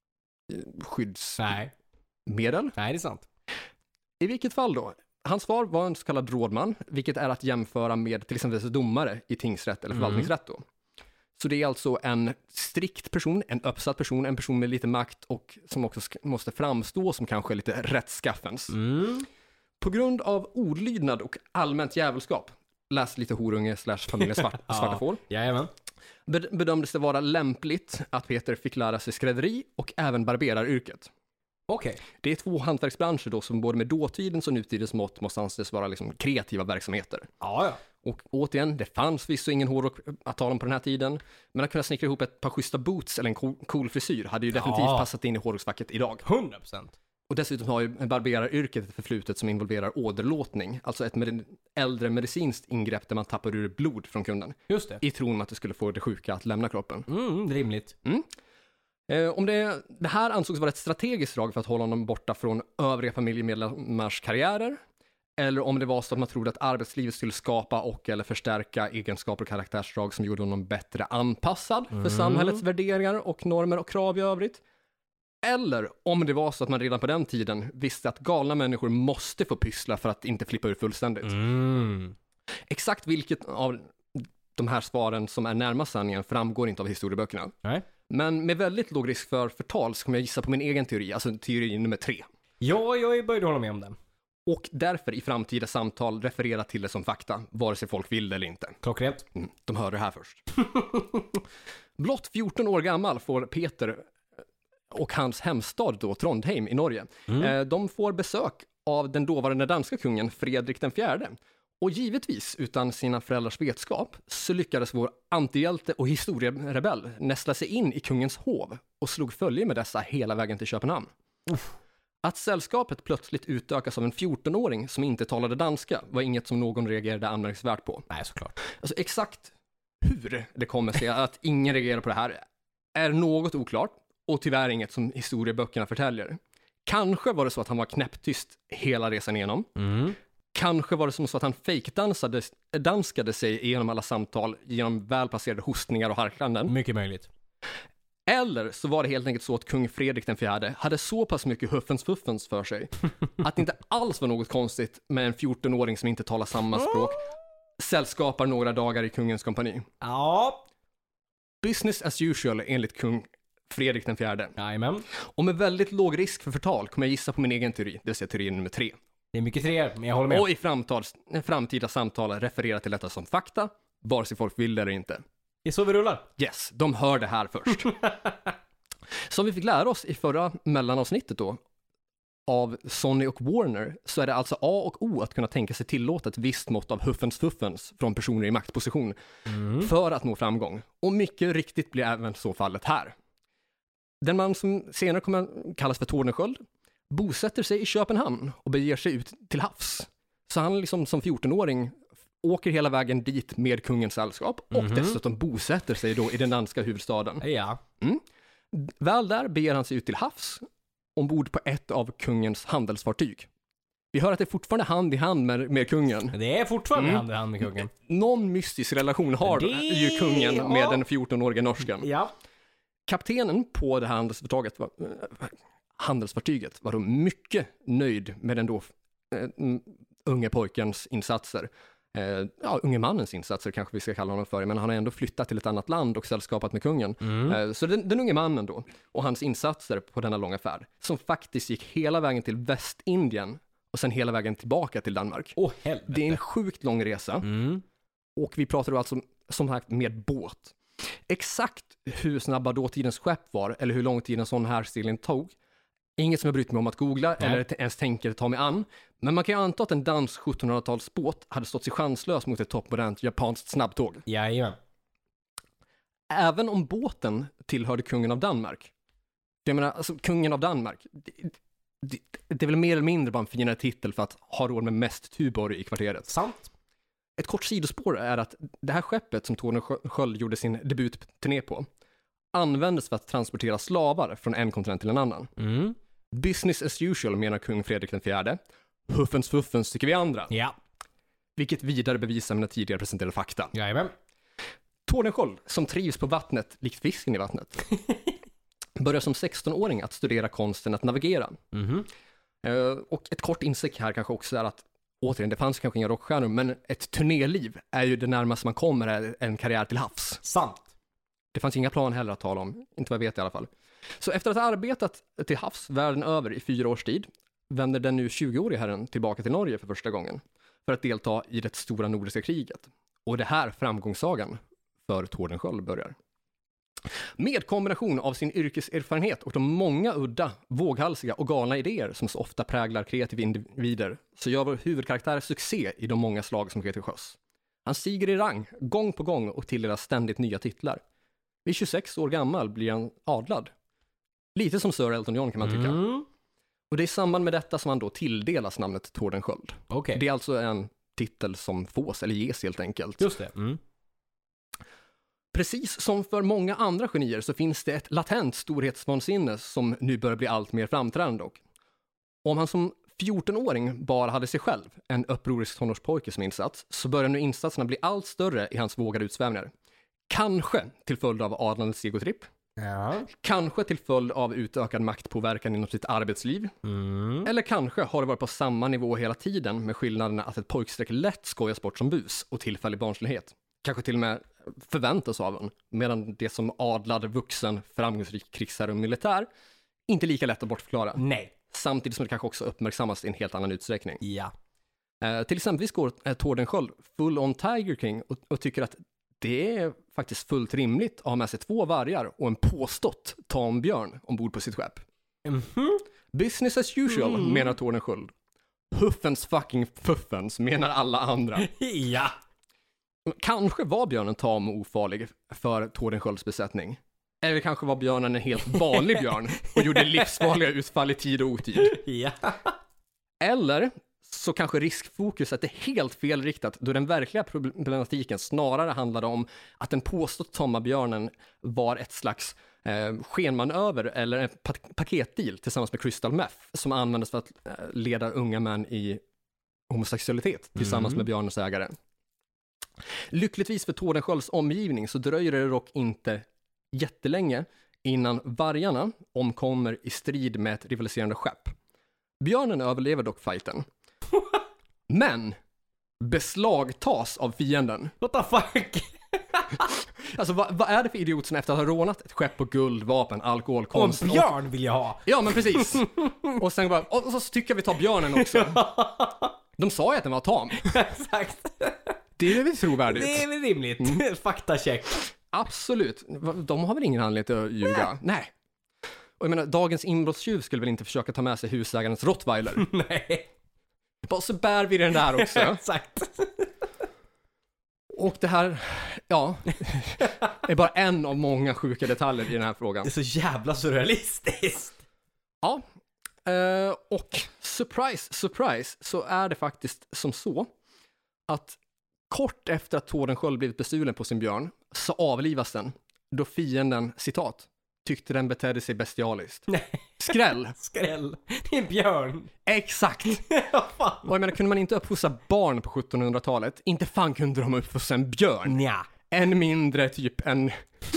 skyddsmedel. Nej. Nej, det är sant. I vilket fall då? Hans far var en så kallad rådman, vilket är att jämföra med till exempel domare i tingsrätt eller förvaltningsrätt då. Så det är alltså en strikt person, en uppsatt person, en person med lite makt och som också sk- måste framstå som kanske lite rättskaffens. Mm. På grund av olydnad och allmänt jävelskap, läs lite horunge slash familjen svart, svarta får. Jajamän. Bed- bedömdes det vara lämpligt att Peter fick lära sig skrädderi och även barberaryrket. Okej. Okay. Det är två hantverksbranscher då som både med dåtidens och nutidens mått måste anses vara liksom kreativa verksamheter. Ja, ja. Och återigen, det fanns visst ingen hårdrock att tala om på den här tiden. Men att kunna snickra ihop ett par schyssta boots eller en cool, cool frisyr hade ju definitivt ja. passat in i hårdrocksfacket idag. hundra procent. Och dessutom har ju barberaryrket ett förflutet som involverar åderlåtning. Alltså ett med äldre medicinskt ingrepp där man tappar ur blod från kunden. Just det. I tron att det skulle få det sjuka att lämna kroppen. Mm, rimligt. Mm. Eh, om det, det här ansågs vara ett strategiskt drag för att hålla honom borta från övriga familjemedlemmars karriärer. Eller om det var så att man trodde att arbetslivet skulle skapa och eller förstärka egenskaper och karaktärsdrag som gjorde honom bättre anpassad mm. för samhällets värderingar och normer och krav i övrigt. Eller om det var så att man redan på den tiden visste att galna människor måste få pyssla för att inte flippa ur fullständigt. Mm. Exakt vilket av de här svaren som är närmast sanningen framgår inte av historieböckerna. Nej. Men med väldigt låg risk för förtal så kommer jag gissa på min egen teori, alltså teori nummer tre. Ja, jag började hålla med om den. och därför i framtida samtal referera till det som fakta, vare sig folk vill det eller inte. Klockrent. Mm, de hör det här först. Blott fjorton år gammal får Peter och hans hemstad då, Trondheim i Norge. Mm. Eh, de får besök av den dåvarande danska kungen Fredrik den fjärde. Och givetvis utan sina föräldrars vetskap så lyckades vår antihjälte och historierebell nästla sig in i kungens hov och slog följe med dessa hela vägen till Köpenhamn. Uff. Att sällskapet plötsligt utökas av en fjortonåring som inte talade danska var inget som någon reagerade anmärkningsvärt på. Nej, såklart. Alltså exakt hur det kommer sig att ingen reagerar på det här är något oklart och tyvärr inget som historieböckerna förtäljer. Kanske var det så att han var knäpptyst hela resan igenom. Mm. Kanske var det som så att han fejkdansade danskade sig igenom alla samtal genom välplacerade hostningar och harklanden. Mycket möjligt. Eller så var det helt enkelt så att kung Fredrik den fjärde hade så pass mycket huffens fuffens för sig att det inte alls var något konstigt med en fjortonåring som inte talar samma språk sällskapar några dagar i kungens kompani. Ja. Business as usual enligt kung Fredrik den fjärde. Jajamän. Och med väldigt låg risk för förtal kommer jag gissa på min egen teori, det vill säga teori nummer tre. Det är mycket tre, men jag håller med. Och i framtals, framtida samtal referera till detta som fakta, vare sig folk vill eller inte. Det är så vi rullar. Yes, de hör det här först. Som vi fick lära oss i förra mellanavsnittet då, av Sonny och Warner, så är det alltså A och O att kunna tänka sig tillåta ett visst mått av huffens fuffens från personer i maktposition Mm. för att nå framgång. Och mycket riktigt blir även så fallet här. Den man som senare kommer kallas för Tordenskjöld bosätter sig i Köpenhamn och beger sig ut till havs. Så han liksom som fjortonåring åker hela vägen dit med kungens sällskap och Mhm. dessutom bosätter sig då i den danska huvudstaden. Ja. Väl där beger han sig ut till havs ombord på ett av kungens handelsfartyg. Vi hör att det är fortfarande hand i hand med, med kungen. Det är fortfarande Mm. hand i hand med kungen. Någon mystisk relation har Det- ju kungen med ja. den fjortonåriga norsken. Ja. Kaptenen på det här handelsfartyget var, äh, handelsfartyget var då mycket nöjd med den då äh, mm, unge pojkens insatser. Eh, ja, unge mannens insatser kanske vi ska kalla honom för, men han har ändå flyttat till ett annat land och sällskapat med kungen. Mm. Eh, så den, den unge mannen då, och hans insatser på denna långa färd, som faktiskt gick hela vägen till Västindien och sen hela vägen tillbaka till Danmark. Åh, helvete. Det är en sjukt lång resa. Mm. Och vi pratar då alltså som sagt med båt. Exakt hur snabba dåtidens skepp var eller hur lång tid en sån här segling tog. Inget som jag brytt mig om att googla Nej. eller t- ens tänker ta mig an. Men man kan ju anta att en dansk sjuttonhundratalsbåt hade stått sig chanslös mot ett toppmodernt japanskt snabbtåg. Jajamän. Även om båten tillhörde kungen av Danmark. Jag menar, alltså kungen av Danmark. Det, det, det är väl mer eller mindre bara en finare titel för att ha råd med mest Tuborg i kvarteret. Sant. Ett kort sidospår är att det här skeppet som Tordenskjöld gjorde sin debutturné på användes för att transportera slavar från en kontinent till en annan. Mm. Business as usual menar kung Fredrik den fjärde. Huffens fuffens tycker vi andra. Ja. Vilket vidare bevisar mina tidigare presenterade fakta. Jajamän. Tordenskjöld, som trivs på vattnet likt fisken i vattnet, börjar som sextonåring att studera konsten att navigera. Mhm. Uh, och ett kort insikt här kanske också är att återigen, det fanns kanske inga rockstjärnor, men ett turnéliv är ju det närmaste man kommer är en karriär till havs. Sant. Det fanns inga plan heller att tala om, inte vad jag vet i alla fall. Så efter att ha arbetat till havs världen över i fyra års tid vänder den nu tjugoåriga herren tillbaka till Norge för första gången för att delta i det stora nordiska kriget. Och det här framgångssagan för Tordenskjöld börjar. Med kombination av sin yrkeserfarenhet och de många udda, våghalsiga och galna idéer som så ofta präglar kreativa individer så gör vår huvudkaraktär succé i de många slag som sker till sjöss. Han stiger i rang, gång på gång och tilldelas ständigt nya titlar. Vid tjugosex år gammal blir han adlad. Lite som Sir Elton John kan man tycka. Mm. Och det är i samband med detta som han då tilldelas namnet Tordenskjöld. Okej. Det är alltså en titel som fås eller ges helt enkelt. Just det. Mm. Precis som för många andra genier så finns det ett latent storhetsvansinne som nu börjar bli allt mer framträdande. Och om han som fjortonåring bara hade sig själv, en upprorisk tonårspojke som insats, så börjar nu insatserna bli allt större i hans vågade utsvävningar. Kanske till följd av adlandets egotripp. Ja. Kanske till följd av utökad maktpåverkan inom sitt arbetsliv. Mm. Eller kanske har det varit på samma nivå hela tiden med skillnaden att ett pojkstreck lätt skojas bort som bus och tillfällig barnslighet. Kanske till och med förväntas av en, medan det som adlad, vuxen, framgångsrik krigsherre och militär inte lika lätt att bortförklara. Nej. samtidigt som det kanske också uppmärksammas i en helt annan utsträckning. Ja. Eh, till exempel går eh, Tordenskjöld full on Tiger King och, och tycker att det är faktiskt fullt rimligt att ha med sig två vargar och en påstått tambjörn ombord på sitt skepp. Mm-hmm. Business as usual, Mm. menar Tordenskjöld. Huffens fucking fuffens, menar alla andra. Ja. Kanske var björnen tam och ofarlig för Tordenskjölds besättning. Eller kanske var björnen en helt vanlig björn och gjorde livsfarliga utfall i tid och otid. Ja. Eller så kanske riskfokuset är helt felriktat då den verkliga problematiken snarare handlade om att den påstått tama björnen var ett slags eh, skenmanöver eller en pa- paketdeal tillsammans med Crystal Meth som användes för att eh, leda unga män i homosexualitet tillsammans Mm. med björnens ägare. Lyckligtvis för Tordenskjölds omgivning så dröjer det dock inte jättelänge innan vargarna omkommer i strid med ett rivaliserande skepp. Björnen överlever dock fighten. Men beslagtas av fienden. What the fuck? Alltså vad, vad är det för idiot som efter att ha rånat ett skepp på guld, vapen, alkohol, Och konst en björn vill jag ha. Ja men precis. Och sen bara, och så tycker vi tar björnen också. De sa ju att den var tam. Exakt. Det är väl trovärdigt. Det är väl rimligt. Mm. Faktacheck. Absolut. De har väl ingen anledning att ljuga. Nej. Nej. Och jag menar, dagens inbrottstjuv skulle väl inte försöka ta med sig husägarens rottweiler. Nej. Bara så bär vi den där också. Exakt. Och det här, ja, är bara en av många sjuka detaljer i den här frågan. Det är så jävla surrealistiskt. Ja, eh, och surprise, surprise, så är det faktiskt som så att kort efter att Tordenskjöld blivit bestulen på sin björn så avlivas den då fienden, citat, tyckte den betedde sig bestialiskt. Nej. Skräll. Skräll. Det är en björn. Exakt. Ja, fan. Och jag menar, kunde man inte uppfostra barn på sjuttonhundratalet? Inte fan kunde de uppfostra en björn. Nja. Än mindre typ en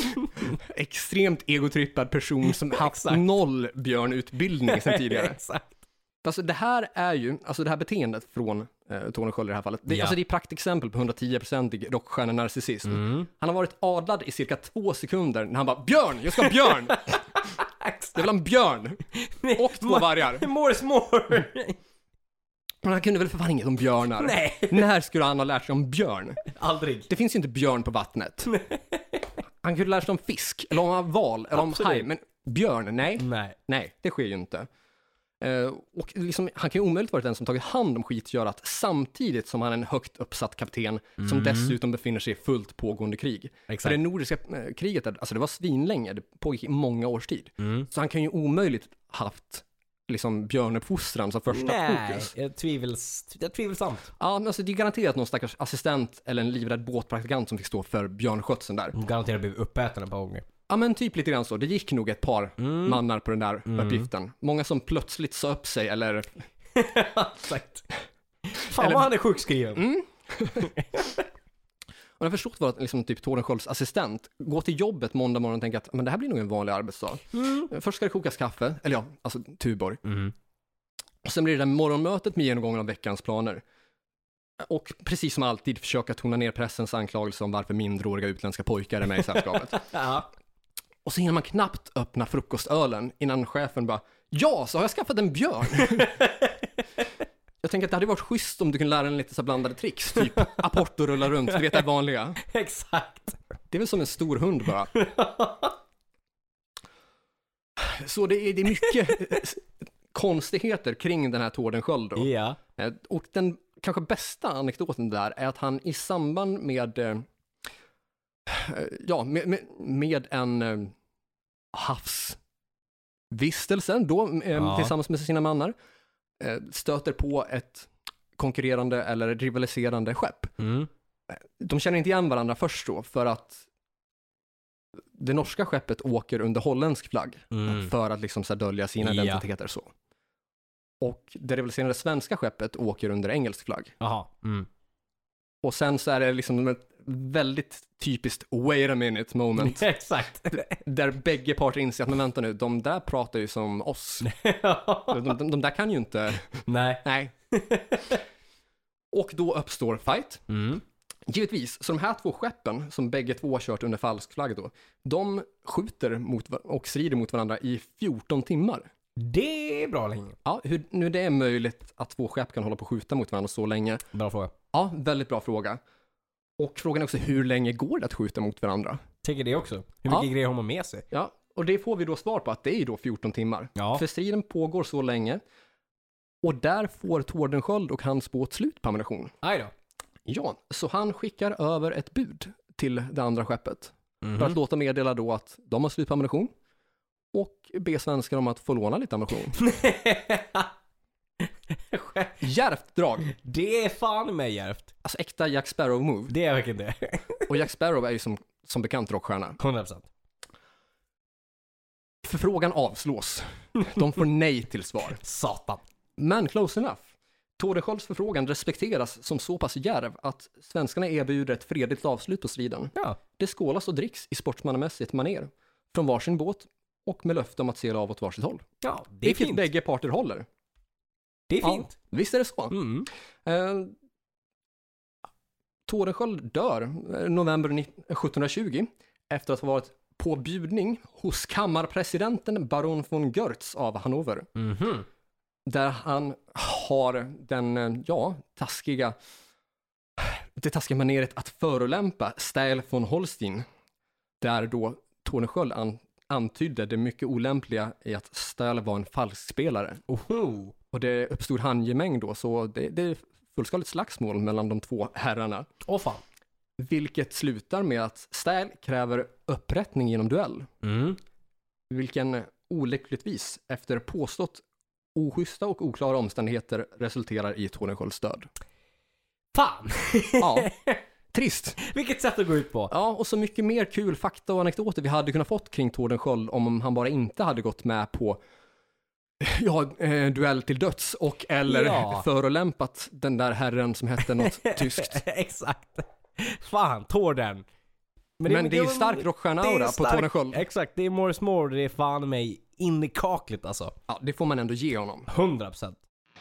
extremt egotrippad person som haft Exakt. noll björnutbildning sedan tidigare. Exakt. Alltså det här är ju, alltså det här beteendet från eh, Tordenskjöld i det här fallet, det, Ja. alltså det är praktexempel på hundratio procentig rockstjärnenarcissism. Mm. Han har varit adlad i cirka två sekunder när han bara, björn, jag ska ha björn! Jag vill ha en björn! Och två vargar. More is more. Men han kunde väl för fan inget om björnar? Nej. När skulle han ha lärt sig om björn? Aldrig. Det finns ju inte björn på vattnet. Han kunde lära sig om fisk, eller om val, eller om Absolut. haj, men björn, nej. Nej. Nej, det sker ju inte. Uh, och liksom, han kan ju omöjligt vara den som tagit hand om skitgörat samtidigt som han är en högt uppsatt kapten Mm. som dessutom befinner sig i fullt pågående krig. Exakt. För det nordiska eh, kriget, alltså det var svinlänge, det pågick i många års tid. Mm. Så han kan ju omöjligt haft liksom björnuppfostran som första Nej, fokus. jag tvivels, det är tvivelsamt. Ja, men alltså det är garanterat någon stackars assistent eller en livrädd båtpraktikant som fick stå för björnskötseln där. De garanterat blivit uppätna ett par gånger. Ja, men typ lite grann så. Det gick nog ett par Mm. mannar på den där Mm. uppgiften. Många som plötsligt sa upp sig eller... Exakt. Fan Eller- vad han är sjukskriven. Mm. Och jag har förstått var att liksom, typ Tordenskjölds assistent går till jobbet måndag morgon och tänker att men det här blir nog en vanlig arbetsdag. Mm. Först ska det kokas kaffe, eller ja, alltså Tuborg. Mm. Och sen blir det där morgonmötet med genomgången av veckans planer. Och precis som alltid försöka tona ner pressens anklagelse om varför mindreåriga utländska pojkar är med i sällskapet. Ja. Och så hinner man knappt öppna frukostölen innan chefen bara, ja, så har jag skaffat en björn. Jag tänker att det hade varit schysst om du kunde lära en lite så blandade tricks, typ apport och rulla runt, du vet det vanliga. Exakt. Det är väl som en stor hund bara. Så det är, det är mycket eh, konstigheter kring den här Tordenskjöld då. Ja. Eh, Och den kanske bästa anekdoten där är att han i samband med eh, eh, ja, med, med, med en eh, havsvistelse då eh, Ja. tillsammans med sina mannar eh, stöter på ett konkurrerande eller rivaliserande skepp. Mm. De känner inte igen varandra först då för att det norska skeppet åker under holländsk flagg Mm. för att liksom så här dölja sina Ja. identiteter så. Och det rivaliserande svenska skeppet åker under engelsk flagg. Jaha. Mm. Och sen så är det liksom ett väldigt typiskt wait a minute moment Exakt. där bägge parter inser att men vänta nu, de där pratar ju som oss. De, de, de där kan ju inte, Nej. nej. Och då uppstår fight. Mm. Givetvis, så de här två skeppen som bägge två har kört under falsk flagg då, de skjuter mot, va- och strider mot varandra i fjorton timmar. Det är bra länge. Ja, hur nu det är möjligt att två skepp kan hålla på och skjuta mot varandra så länge. Bra fråga. Ja, väldigt bra fråga. Och frågan är också, hur länge går det att skjuta mot varandra? Tänker det också. Hur mycket Ja. grejer har man med sig? Ja, och det får vi då svar på att det är ju då fjorton timmar. Ja. För striden pågår så länge. Och där får Tordenskjöld och hans båt slut på ammunition. Aj då. Ja, så han skickar över ett bud till det andra skeppet. Mhm. För att låta meddela då att de har slut på ammunition. Och be svenskar om att få låna lite ammunition. Djärvt drag. Det är fan med djärvt. Alltså äkta Jack Sparrow-move. Det är verkligen det. Och Jack Sparrow är ju som, som bekant rockstjärna. hundra procent. Förfrågan avslås. De får nej till svar. Satan. Men close enough. Tordenskjölds förfrågan respekteras som så pass djärv att svenskarna erbjuder ett fredligt avslut på striden. Ja. Det skålas och dricks i sportsmannamässigt maner från varsin båt och med löfte om att segla av åt varsitt håll. Ja, det är Vilket fint. bägge parter håller. Det är fint. Ja, visst är det så. Mm. Eh, Tordenskjöld dör eh, november sjuttonhundratjugo efter att ha varit på bjudning hos kammarpresidenten baron von Görtz av Hannover. Mhm. Där han har den, eh, ja, taskiga det taskiga maneret att förolämpa Stael von Holstein. Där då Tordenskjöld an, antydde det mycket olämpliga i att Stael var en falskspelare. Oho. Och det uppstod handgemäng då, så det, det är fullskaligt slagsmål mellan de två herrarna. Åh fan. Vilket slutar med att Stael kräver upprättning genom duell. Mm. Vilken olyckligtvis efter påstått oschyssta och oklara omständigheter resulterar i Tordenskjölds död. Fan. Ja, trist. Vilket sätt att gå ut på. Ja, och så mycket mer kul fakta och anekdoter vi hade kunnat fått kring Tordenskjöld om han bara inte hade gått med på ja, eh, duell till döds och eller Ja. förolämpat den där herren som hette något tyskt. Exakt. Fan, Torden. Men det är ju stark rockstjärna-aura på Tordenskjöld. Exakt, det är Morris Moore, det är fan mig in i kaklet alltså. Ja, det får man ändå ge honom. hundra procent.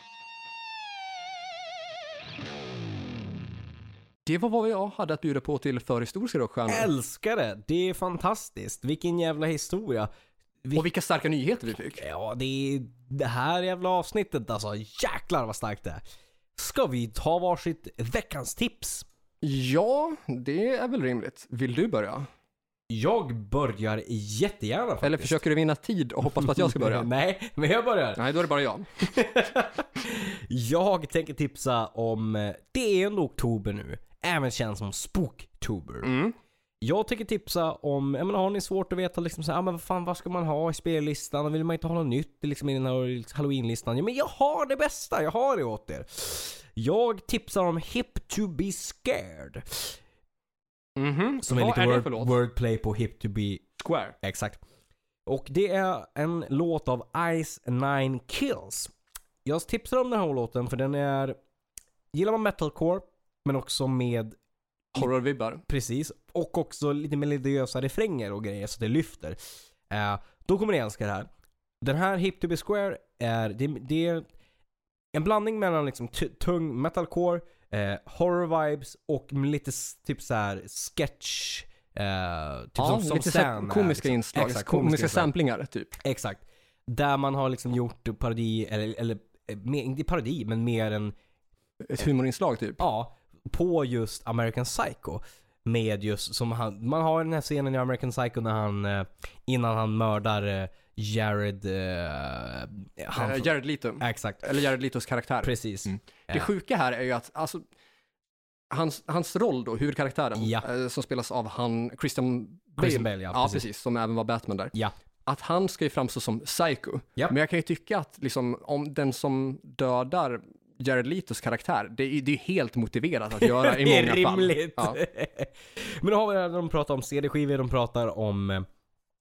Det var vad jag hade att bjuda på till förhistoriska rockstjärnor. Älskar det, det är fantastiskt. Vilken jävla historia. Vi... Och vilka starka nyheter vi fick. Ja, det är det här jävla avsnittet alltså. Jäklar vad starkt det är. Ska vi ta varsitt veckans tips? Ja, det är väl rimligt. Vill du börja? Jag börjar jättegärna faktiskt. Eller försöker du vinna tid och hoppas på att jag ska börja? Nej, men jag börjar. Nej, då är det bara jag. Jag tänker tipsa om, det är en oktober nu, även känns som Spooktober. Mm. Jag tänker tipsa om, jag menar, har ni svårt att veta liksom så här, ah, men vad fan, vad ska man ha i spellistan? Och vill man inte ha något nytt liksom i den här Halloween-listan? Ja, men jag har det bästa, jag har det åt er. Jag tipsar om Hip to be scared. Mhm. Som är Vad lite är det word, för låt? wordplay på Hip to be Square. exakt. Och det är en låt av Ice Nine Kills. Jag tipsar om den här låten för den är, gillar man metalcore men också med Horrorvibbar. precis, och också lite melodiösa refränger och grejer så det lyfter. Eh, då kommer ni älska det här. Den här Hip to be Square är det, det är en blandning mellan liksom t- tung metalcore, eh, horror vibes och lite s- typ så här sketch eh, typ Ja, som, som lite så här Sam är, komiska liksom. inslag. Exakt, komiska inslag. samplingar, typ. Exakt. Där man har liksom gjort parodi eller, eller eh, mer, inte parodi men mer en Ett humorinslag, typ. ja, på just American Psycho. Med just som han, man har den här scenen i American Psycho när han eh, innan han mördar eh, Jared eh, han, Eh, Jared Leto. exakt. Eller Jared Letos karaktär. Precis. Mm. Ja. Det sjuka här är ju att alltså, hans, hans roll då, huvudkaraktären, Ja. eh, som spelas av han Christian Bale. Christian Bale, ja, ja precis. precis. Som även var Batman där. Ja. Att han ska ju framstå som psycho. Ja. Men jag kan ju tycka att liksom, om den som dödar Jared Letos karaktär, det är, det är helt motiverat att göra i det är många fall. rimligt. Ja. Men då har vi det här, de pratar om C D-skivor, de pratar om eh,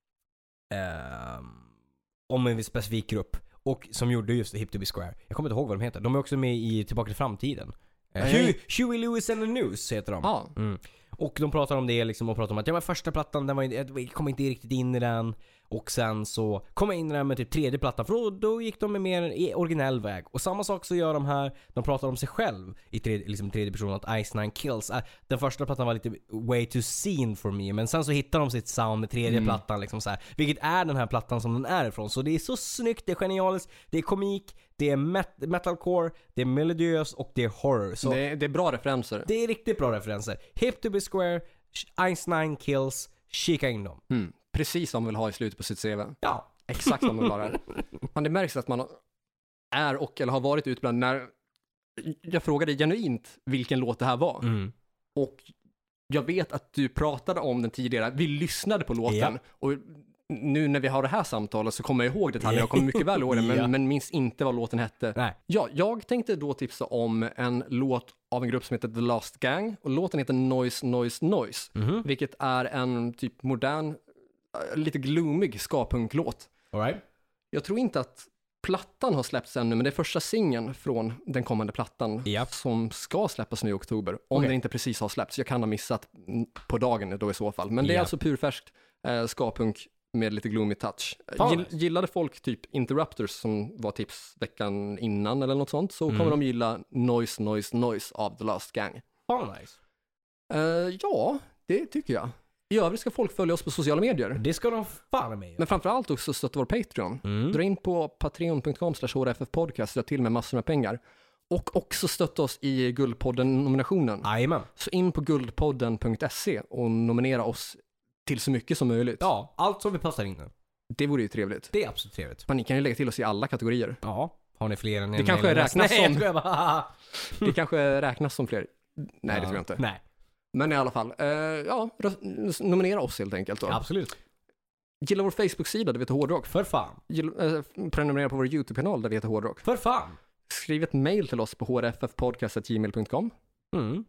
om en specifik grupp. Och som gjorde just Hip to be Square. Jag kommer inte ihåg vad de heter. De är också med i Tillbaka till framtiden. Eh, Nej. Huey, Huey Lewis and the News heter de. Ja. Mm. Och de pratar om det liksom och pratar om att ja, men första plattan den var, jag kom inte riktigt in i den. Och sen så kom jag in där med typ tredje plattan, för då, då gick de med mer en originell väg. Och samma sak så gör de här, de pratar om sig själv i tredje, liksom tredje person, att Ice Nine Kills. Den första plattan var lite way too seen for me, men sen så hittar de sitt sound med tredje mm. plattan liksom så här, vilket är den här plattan som den är ifrån. Så det är så snyggt, det är genialiskt, det är komik, det är met- metalcore, det är melodiös och det är horror. Så det, är, det är bra referenser. Det är riktigt bra referenser. Hip to be square, Ice Nine Kills, kika in dem. Mm. Precis som man vill ha i slutet på sitt C V. Ja. Exakt som man vill ha där. Men det märks att man är och eller har varit utbland när jag frågade genuint vilken låt det här var. Mm. Och jag vet att du pratade om den tidigare. Vi lyssnade på låten. Ja. Och nu när vi har det här samtalet så kommer jag ihåg detaljer. Jag kommer mycket väl ihåg det, men, ja. men minns inte vad låten hette. Nej. Ja, jag tänkte då tipsa om en låt av en grupp som heter The Last Gang. Och låten heter Noise, Noise, Noise. Mm-hmm. Vilket är en typ modern, lite gloomig ska-punk-låt. All right. Jag tror inte att plattan har släppts ännu, men det är första singeln från den kommande plattan yep. som ska släppas nu i oktober. Om okay. den inte precis har släppts. Jag kan ha missat på dagen då i så fall. Men det är yep. alltså purfärskt eh, ska-punk med lite gloomy touch. Gill, gillade folk typ Interrupters som var tips veckan innan eller något sånt, så mm. kommer de gilla Noise, Noise, Noise av The Last Gang. Oh, nice. Uh, ja, det tycker jag. I övrigt ska folk följa oss på sociala medier. Det ska de fan med. Men framförallt också stötta vår Patreon. Mm. Dra in på patreon punkt com slash h r f f podcast, dra till med massor med pengar. Och också stötta oss i Guldpodden-nominationen. Jajamän. Så in på guldpodden punkt se och nominera oss till så mycket som möjligt. Ja, allt som vi passar in nu. Det vore ju trevligt. Det är absolut trevligt. Men ni kan ju lägga till oss i alla kategorier. Ja, har ni fler än en? Det kanske räknas Nej, som... bara... det kanske räknas som fler. Nej, ja, det tror jag inte. Nej. Men i alla fall, eh, ja, nominera oss helt enkelt då. Absolut. Gilla vår Facebook-sida där vi heter Hårdrock. För fan. Gilla, eh, prenumerera på vår YouTube-kanal där vi heter Hårdrock. För fan. Skriv ett mail till oss på h r f f podcast snabel-a gmail punkt com. Mm.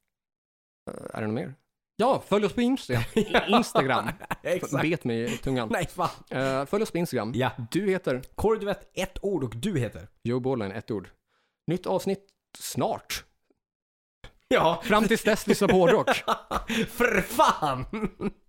Uh, är det något mer? Ja, följ oss på Instagram. Instagram. Exakt. Bet mig i tungan. Nej, fan. Uh, följ oss på Instagram. Ja. Du heter? Kåre, du vet ett ord och du heter? Joe Borland, ett ord. Nytt avsnitt snart. Ja. Fram tills dess, lyssna på Hårdrock. För fan.